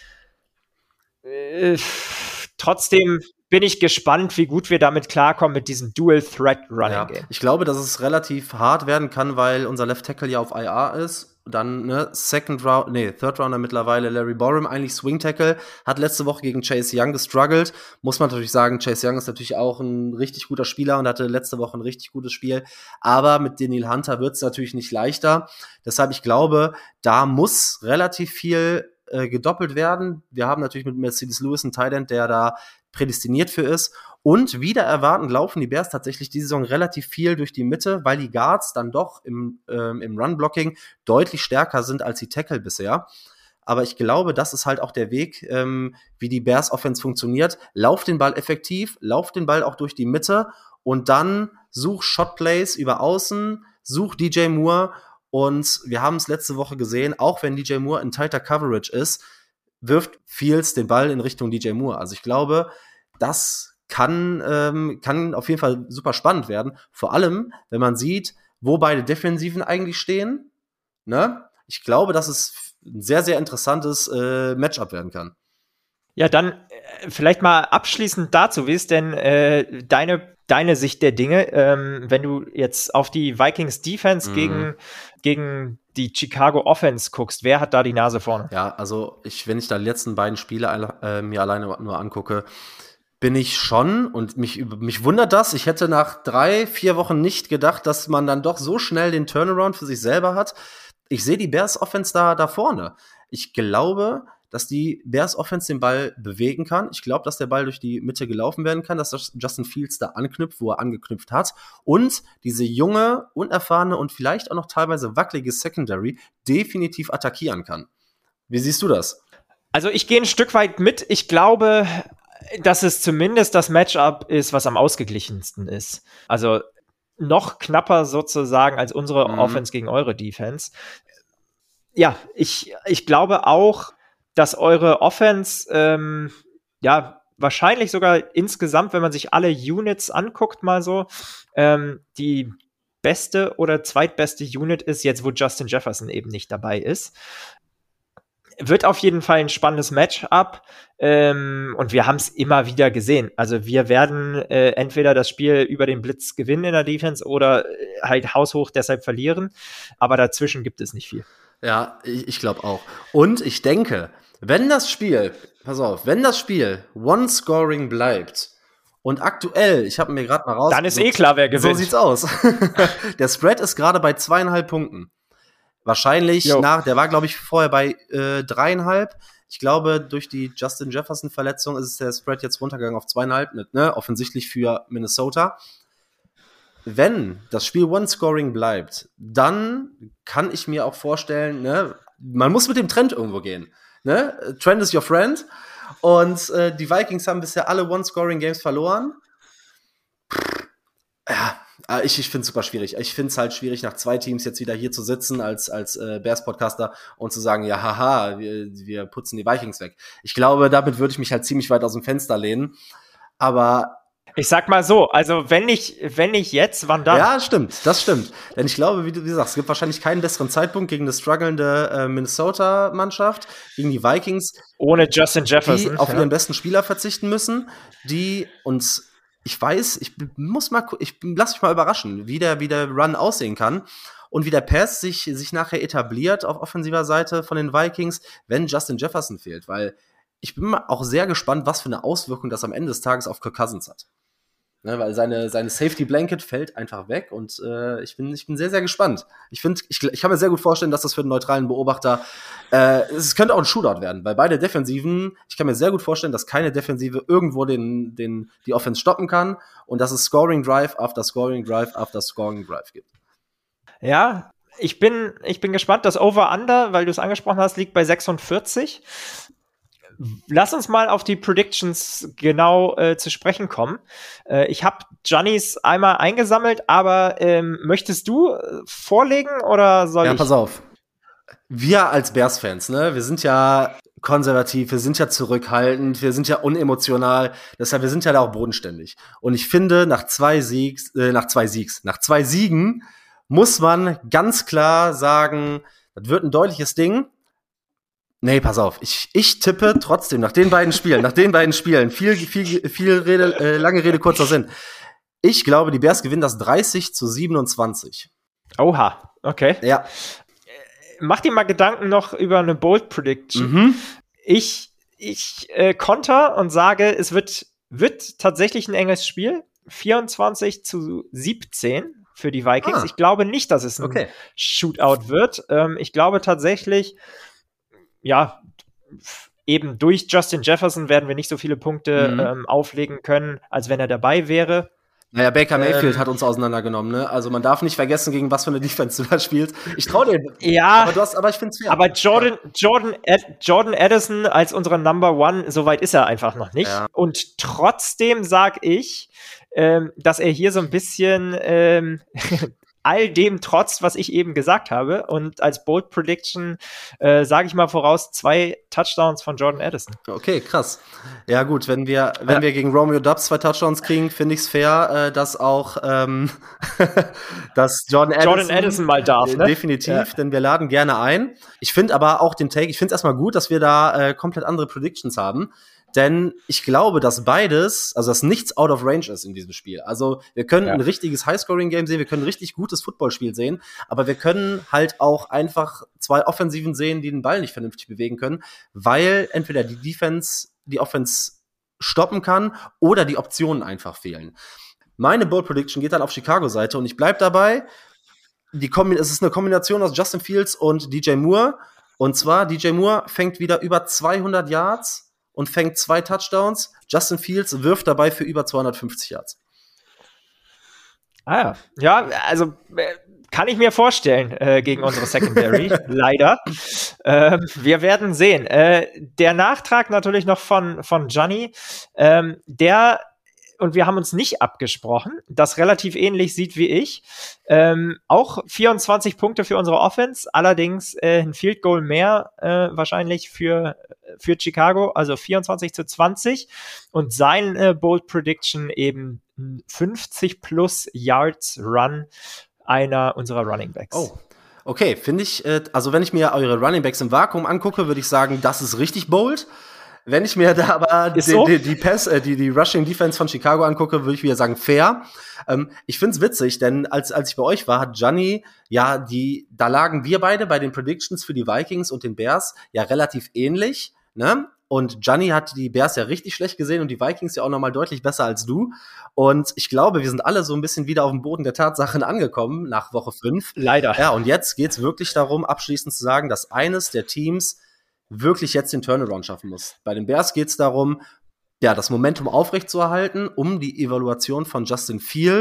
Äh, trotzdem bin ich gespannt, wie gut wir damit klarkommen mit diesem Dual-Threat-Running-Game. Ja, ich glaube, dass es relativ hart werden kann, weil unser Left Tackle ja auf I R ist. Dann, ne, Second Round, nee, Third Rounder mittlerweile, Larry Borum, eigentlich Swing Tackle, hat letzte Woche gegen Chase Young gestruggelt. Muss man natürlich sagen, Chase Young ist natürlich auch ein richtig guter Spieler und hatte letzte Woche ein richtig gutes Spiel. Aber mit Danielle Hunter wird es natürlich nicht leichter. Deshalb, ich glaube, da muss relativ viel äh, gedoppelt werden. Wir haben natürlich mit Mercedes Lewis einen Tight End, der da prädestiniert für ist. Und wieder erwartend laufen die Bears tatsächlich diese Saison relativ viel durch die Mitte, weil die Guards dann doch im, ähm, im Run-Blocking deutlich stärker sind als die Tackle bisher. Aber ich glaube, das ist halt auch der Weg, ähm, wie die Bears-Offense funktioniert. Lauf den Ball effektiv, lauf den Ball auch durch die Mitte und dann such Shotplays über Außen, such D J Moore. Und wir haben es letzte Woche gesehen, auch wenn D J Moore in tighter Coverage ist, wirft Fields den Ball in Richtung D J Moore. Also ich glaube, das kann, ähm, kann auf jeden Fall super spannend werden. Vor allem, wenn man sieht, wo beide Defensiven eigentlich stehen. Ne? Ich glaube, dass es ein sehr, sehr interessantes äh, Matchup werden kann. Ja, dann äh, vielleicht mal abschließend dazu, wie ist denn äh, deine, deine Sicht der Dinge, ähm, wenn du jetzt auf die Vikings Defense mhm. gegen, gegen die Chicago Offense guckst, wer hat da die Nase vorne? Ja, also ich, wenn ich da die letzten beiden Spiele äh, mir alleine nur angucke, bin ich schon, und mich, mich wundert das, ich hätte nach drei, vier Wochen nicht gedacht, dass man dann doch so schnell den Turnaround für sich selber hat. Ich sehe die Bears Offense da, da vorne. Ich glaube, dass die Bears Offense den Ball bewegen kann. Ich glaube, dass der Ball durch die Mitte gelaufen werden kann, dass Justin Fields da anknüpft, wo er angeknüpft hat. Und diese junge, unerfahrene und vielleicht auch noch teilweise wackelige Secondary definitiv attackieren kann. Wie siehst du das? Also ich gehe ein Stück weit mit. Ich glaube, dass es zumindest das Matchup ist, was am ausgeglichensten ist. Also noch knapper sozusagen als unsere mhm. Offense gegen eure Defense. Ja, ich, ich glaube auch, dass eure Offense ähm, ja wahrscheinlich sogar insgesamt, wenn man sich alle Units anguckt, mal so, ähm, die beste oder zweitbeste Unit ist, jetzt wo Justin Jefferson eben nicht dabei ist. Wird auf jeden Fall ein spannendes Matchup ähm, und wir haben es immer wieder gesehen. Also wir werden äh, entweder das Spiel über den Blitz gewinnen in der Defense oder äh, halt haushoch deshalb verlieren, aber dazwischen gibt es nicht viel. Ja, ich, ich glaube auch. Und ich denke, wenn das Spiel, pass auf, wenn das Spiel One-Scoring bleibt und aktuell, ich habe mir gerade mal raus... Dann ist so, eh klar, wer gewinnt. So sieht's aus. Der Spread ist gerade bei zweieinhalb Punkten. Wahrscheinlich jo. nach, der war, glaube ich, vorher bei äh, dreieinhalb. Ich glaube, durch die Justin Jefferson-Verletzung ist der Spread jetzt runtergegangen auf zweieinhalb, ne? Offensichtlich für Minnesota. Wenn das Spiel One-Scoring bleibt, dann kann ich mir auch vorstellen, ne, man muss mit dem Trend irgendwo gehen. Ne? Trend is your friend. Und äh, die Vikings haben bisher alle One-Scoring-Games verloren. Ja, ich, ich finde es super schwierig. Ich finde es halt schwierig, nach zwei Teams jetzt wieder hier zu sitzen als, als äh, Bears-Podcaster und zu sagen, ja, haha, wir, wir putzen die Vikings weg. Ich glaube, damit würde ich mich halt ziemlich weit aus dem Fenster lehnen. Aber ich sag mal so, also wenn nicht, wenn nicht jetzt, wann dann? Ja, stimmt, das stimmt. Denn ich glaube, wie du wie du sagst, es gibt wahrscheinlich keinen besseren Zeitpunkt gegen eine strugglende äh, Minnesota-Mannschaft, gegen die Vikings, ohne Justin Jefferson, die auf ja. ihren besten Spieler verzichten müssen, die uns, ich weiß, ich muss mal, ich lass mich mal überraschen, wie der, wie der Run aussehen kann und wie der Pass sich, sich nachher etabliert auf offensiver Seite von den Vikings, wenn Justin Jefferson fehlt, weil ich bin mal auch sehr gespannt, was für eine Auswirkung das am Ende des Tages auf Kirk Cousins hat. Ne, weil seine, seine Safety Blanket fällt einfach weg und äh, ich bin, ich bin sehr, sehr gespannt. Ich finde, ich, ich kann mir sehr gut vorstellen, dass das für einen neutralen Beobachter, äh, es könnte auch ein Shootout werden, weil beide Defensiven, ich kann mir sehr gut vorstellen, dass keine Defensive irgendwo den, den, die Offense stoppen kann und dass es Scoring Drive after Scoring Drive after Scoring Drive gibt. Ja, ich bin, ich bin gespannt. Das Over-Under, weil du es angesprochen hast, liegt bei sechsundvierzig. Lass uns mal auf die Predictions genau äh, zu sprechen kommen. Äh, ich habe Giannis einmal eingesammelt, aber ähm, möchtest du äh, vorlegen oder soll ja, ich? Ja, pass auf. Wir als Bears-Fans, ne, wir sind ja konservativ, wir sind ja zurückhaltend, wir sind ja unemotional, deshalb wir sind ja da auch bodenständig. Und ich finde, nach zwei Siegs, äh, nach zwei Siegs, nach zwei Siegen muss man ganz klar sagen, das wird ein deutliches Ding. Nee, pass auf, ich, ich tippe trotzdem nach den beiden Spielen, nach den beiden Spielen, viel, viel, viel Rede, äh, lange Rede, kurzer Sinn. Ich glaube, die Bears gewinnen das dreißig zu siebenundzwanzig. Oha, okay. Ja. Mach dir mal Gedanken noch über eine Bold Prediction. Mhm. Ich, ich äh, konter und sage, es wird, wird tatsächlich ein enges Spiel. vierundzwanzig zu siebzehn für die Vikings. Ah. Ich glaube nicht, dass es ein Okay. Shootout wird. Ähm, ich glaube tatsächlich, ja, eben durch Justin Jefferson werden wir nicht so viele Punkte Mhm. ähm, auflegen können, als wenn er dabei wäre. Naja, Baker Mayfield Ähm. hat uns auseinandergenommen, ne? Also man darf nicht vergessen, gegen was für eine Defense du da spielst. Ich trau dir. Ja, aber du hast, aber ich find's fair. aber Jordan, Jordan, Ad, Jordan Addison als unserer Number One, soweit ist er einfach noch nicht. Ja. Und trotzdem sag ich, ähm, dass er hier so ein bisschen ähm, all dem trotz, was ich eben gesagt habe. Und als Bold Prediction äh, sage ich mal voraus, zwei Touchdowns von Jordan Addison. Okay, krass. Ja gut, wenn wir wenn Ja. wir gegen Romeo Doubs zwei Touchdowns kriegen, finde ich's fair, äh, dass auch ähm, dass Jordan Addison, Jordan Addison mal darf, äh, ne? definitiv, Ja. denn wir laden gerne ein. Ich finde aber auch den Take, ich finde es erstmal gut, dass wir da äh, komplett andere Predictions haben. Denn ich glaube, dass beides, also dass nichts out of range ist in diesem Spiel. Also wir können Ja. ein richtiges High-Scoring-Game sehen, wir können ein richtig gutes Footballspiel sehen, aber wir können halt auch einfach zwei Offensiven sehen, die den Ball nicht vernünftig bewegen können, weil entweder die Defense die Offense stoppen kann oder die Optionen einfach fehlen. Meine Bold Prediction geht dann auf Chicago-Seite und ich bleib dabei. Die Kombi- es ist eine Kombination aus Justin Fields und D J Moore. Und zwar, D J Moore fängt wieder über zweihundert Yards und fängt zwei Touchdowns. Justin Fields wirft dabei für über zweihundertfünfzig Yards. Ah ja, ja, also äh, kann ich mir vorstellen äh, gegen unsere Secondary, leider. Ähm, wir werden sehen. Äh, der Nachtrag natürlich noch von, von Gianni, ähm, der, und wir haben uns nicht abgesprochen, das relativ ähnlich sieht wie ich, ähm, auch vierundzwanzig Punkte für unsere Offense, allerdings äh, ein Field Goal mehr äh, wahrscheinlich für, für Chicago, also vierundzwanzig zu zwanzig und sein äh, Bold Prediction eben fünfzig plus Yards Run einer unserer Running Backs. Oh, okay, finde ich, äh, also wenn ich mir eure Running Backs im Vakuum angucke, würde ich sagen, das ist richtig bold. Wenn ich mir da aber die, so? die, die, Pass, äh, die, die Rushing Defense von Chicago angucke, würde ich wieder sagen, fair. Ähm, ich find's witzig, denn als, als ich bei euch war, hat Gianni, ja, die, da lagen wir beide bei den Predictions für die Vikings und den Bears ja relativ ähnlich, ne? Und Gianni hat die Bears ja richtig schlecht gesehen und die Vikings ja auch nochmal deutlich besser als du. Und ich glaube, wir sind alle so ein bisschen wieder auf dem Boden der Tatsachen angekommen nach Woche fünf. Leider. Ja, und jetzt geht's wirklich darum, abschließend zu sagen, dass eines der Teams wirklich jetzt den Turnaround schaffen muss. Bei den Bears geht's darum, ja, das Momentum aufrechtzuerhalten, um die Evaluation von Justin Fields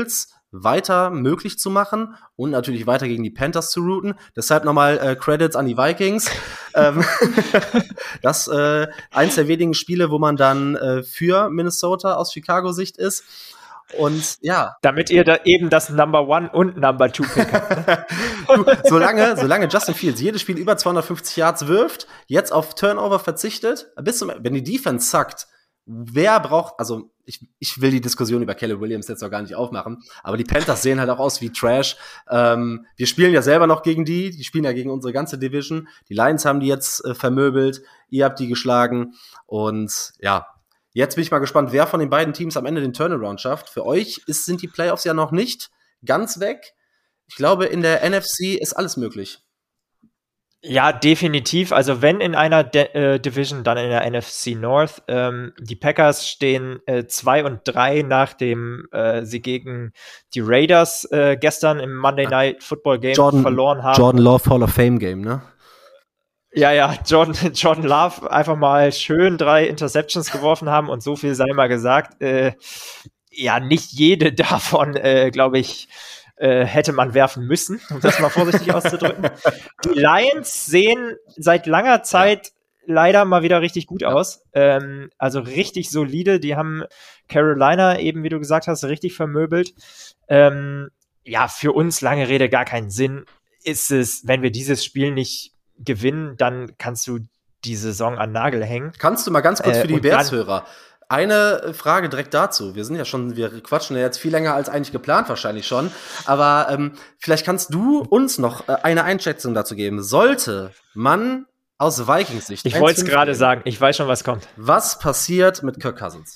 weiter möglich zu machen und natürlich weiter gegen die Panthers zu routen. Deshalb nochmal äh, Credits an die Vikings. ähm, das äh, eins der wenigen Spiele, wo man dann äh, für Minnesota aus Chicago-Sicht ist. Und ja. Damit ihr da eben das Number One und Number Two Pick habt. Ne? du, solange, solange Justin Fields jedes Spiel über zweihundertfünfzig Yards wirft, jetzt auf Turnover verzichtet, bis zum, wenn die Defense zackt, wer braucht, also ich, ich will die Diskussion über Caleb Williams jetzt noch gar nicht aufmachen, aber die Panthers sehen halt auch aus wie Trash. Ähm, wir spielen ja selber noch gegen die, die spielen ja gegen unsere ganze Division. Die Lions haben die jetzt äh, vermöbelt, ihr habt die geschlagen und ja, jetzt bin ich mal gespannt, wer von den beiden Teams am Ende den Turnaround schafft. Für euch ist, sind die Playoffs ja noch nicht ganz weg. Ich glaube, in der N F C ist alles möglich. Ja, definitiv. Also wenn in einer De- äh, Division, dann in der N F C North. Ähm, die Packers stehen äh, zwei und drei, nachdem äh, sie gegen die Raiders äh, gestern im Monday Night Football Game Jordan, verloren haben. Jordan Love Hall of Fame Game, ne? Ja, ja, Jordan, Jordan Love einfach mal schön drei Interceptions geworfen haben und so viel sei mal gesagt. Äh, ja, nicht jede davon, äh, glaube ich, äh, hätte man werfen müssen, um das mal vorsichtig auszudrücken. Die Lions sehen seit langer Zeit ja. leider mal wieder richtig gut ja. aus. Ähm, also richtig solide. Die haben Carolina eben, wie du gesagt hast, richtig vermöbelt. Ähm, ja, für uns, lange Rede, gar keinen Sinn. Ist es, wenn wir dieses Spiel nicht gewinnen, dann kannst du die Saison an Nagel hängen. Kannst du mal ganz kurz für die äh, Bears-Hörer eine Frage direkt dazu. Wir sind ja schon, wir quatschen ja jetzt viel länger als eigentlich geplant wahrscheinlich schon, aber ähm, vielleicht kannst du uns noch äh, eine Einschätzung dazu geben. Sollte man aus Vikings Sicht, ich wollte es gerade sagen, ich weiß schon, was kommt. Was passiert mit Kirk Cousins?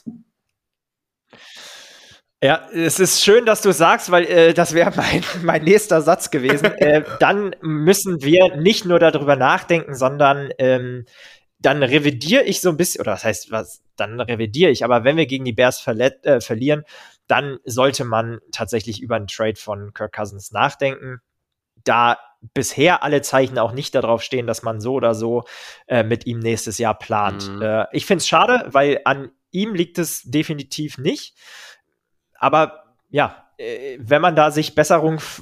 Ja, es ist schön, dass du sagst, weil äh, das wäre mein, mein nächster Satz gewesen. äh, dann müssen wir nicht nur darüber nachdenken, sondern ähm, dann revidiere ich so ein bisschen, oder das heißt, was, dann revidiere ich, aber wenn wir gegen die Bears verlet- äh, verlieren, dann sollte man tatsächlich über einen Trade von Kirk Cousins nachdenken. Da bisher alle Zeichen auch nicht darauf stehen, dass man so oder so äh, mit ihm nächstes Jahr plant. Mhm. Äh, ich finde es schade, weil an ihm liegt es definitiv nicht. Aber ja, äh, wenn man da sich Besserung f-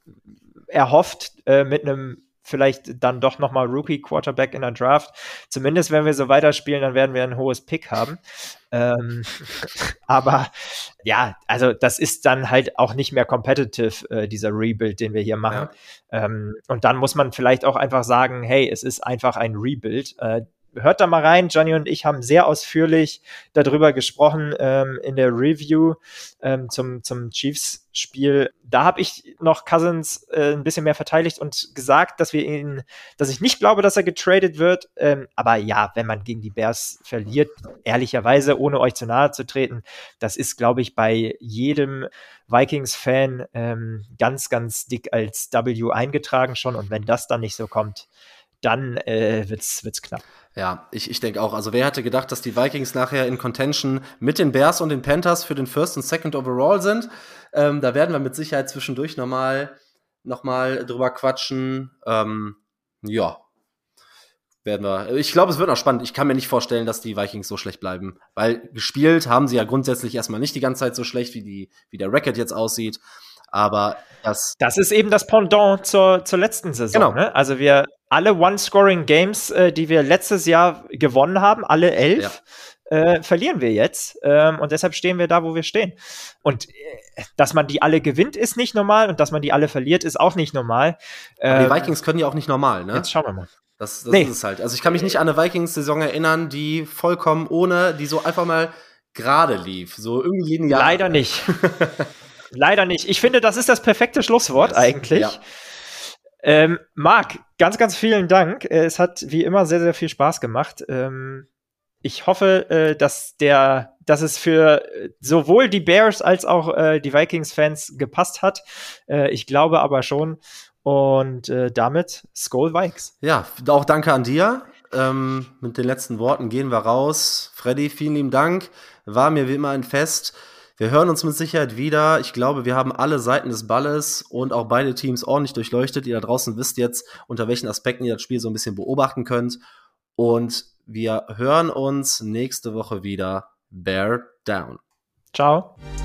erhofft äh, mit einem vielleicht dann doch nochmal Rookie-Quarterback in der Draft, zumindest wenn wir so weiterspielen, dann werden wir ein hohes Pick haben. Ähm, aber ja, also das ist dann halt auch nicht mehr competitive, äh, dieser Rebuild, den wir hier machen. Ja. Ähm, und dann muss man vielleicht auch einfach sagen, hey, es ist einfach ein Rebuild. Äh, Hört da mal rein, Johnny und ich haben sehr ausführlich darüber gesprochen ähm, in der Review ähm, zum, zum Chiefs-Spiel. Da habe ich noch Cousins äh, ein bisschen mehr verteidigt und gesagt, dass wir ihn, dass ich nicht glaube, dass er getradet wird. Ähm, aber ja, wenn man gegen die Bears verliert, ehrlicherweise, ohne euch zu nahe zu treten, das ist, glaube ich, bei jedem Vikings-Fan ähm, ganz, ganz dick als W eingetragen schon. Und wenn das dann nicht so kommt, dann äh, wird's, wird's knapp. Ja, ich, ich denke auch. Also wer hätte gedacht, dass die Vikings nachher in Contention mit den Bears und den Panthers für den First und Second Overall sind? Ähm, da werden wir mit Sicherheit zwischendurch nochmal noch mal drüber quatschen. Ähm, ja, werden wir. Ich glaube, es wird noch spannend. Ich kann mir nicht vorstellen, dass die Vikings so schlecht bleiben, weil gespielt haben sie ja grundsätzlich erstmal nicht die ganze Zeit so schlecht, wie die wie der Record jetzt aussieht. Aber das Das ist eben das Pendant zur, zur letzten Saison. Genau. Ne? Also wir alle One-Scoring-Games, äh, die wir letztes Jahr gewonnen haben, alle elf, ja. äh, verlieren wir jetzt. Ähm, und deshalb stehen wir da, wo wir stehen. Und äh, dass man die alle gewinnt, ist nicht normal. Und dass man die alle verliert, ist auch nicht normal. Aber die Ähm, Vikings können ja auch nicht normal, ne? Jetzt schauen wir mal. Das, das Nee. ist es halt. Also ich kann mich nicht an eine Vikings-Saison erinnern, die vollkommen ohne, die so einfach mal gerade lief. So irgendwie linear. Leider nicht. Leider nicht. Ich finde, das ist das perfekte Schlusswort Yes. eigentlich. Ja. Ähm, Marc, ganz, ganz vielen Dank. Äh, Es hat wie immer sehr, sehr viel Spaß gemacht. Ähm, ich hoffe, äh, dass der, dass es für äh, sowohl die Bears als auch äh, die Vikings-Fans gepasst hat. Äh, ich glaube aber schon. Und äh, damit Skol Vikes. Ja, auch danke an dir. Ähm, mit den letzten Worten gehen wir raus. Freddy, vielen lieben Dank. War mir wie immer ein Fest. Wir hören uns mit Sicherheit wieder. Ich glaube, wir haben alle Seiten des Balles und auch beide Teams ordentlich durchleuchtet. Ihr da draußen wisst jetzt, unter welchen Aspekten ihr das Spiel so ein bisschen beobachten könnt. Und wir hören uns nächste Woche wieder. Bear down. Ciao.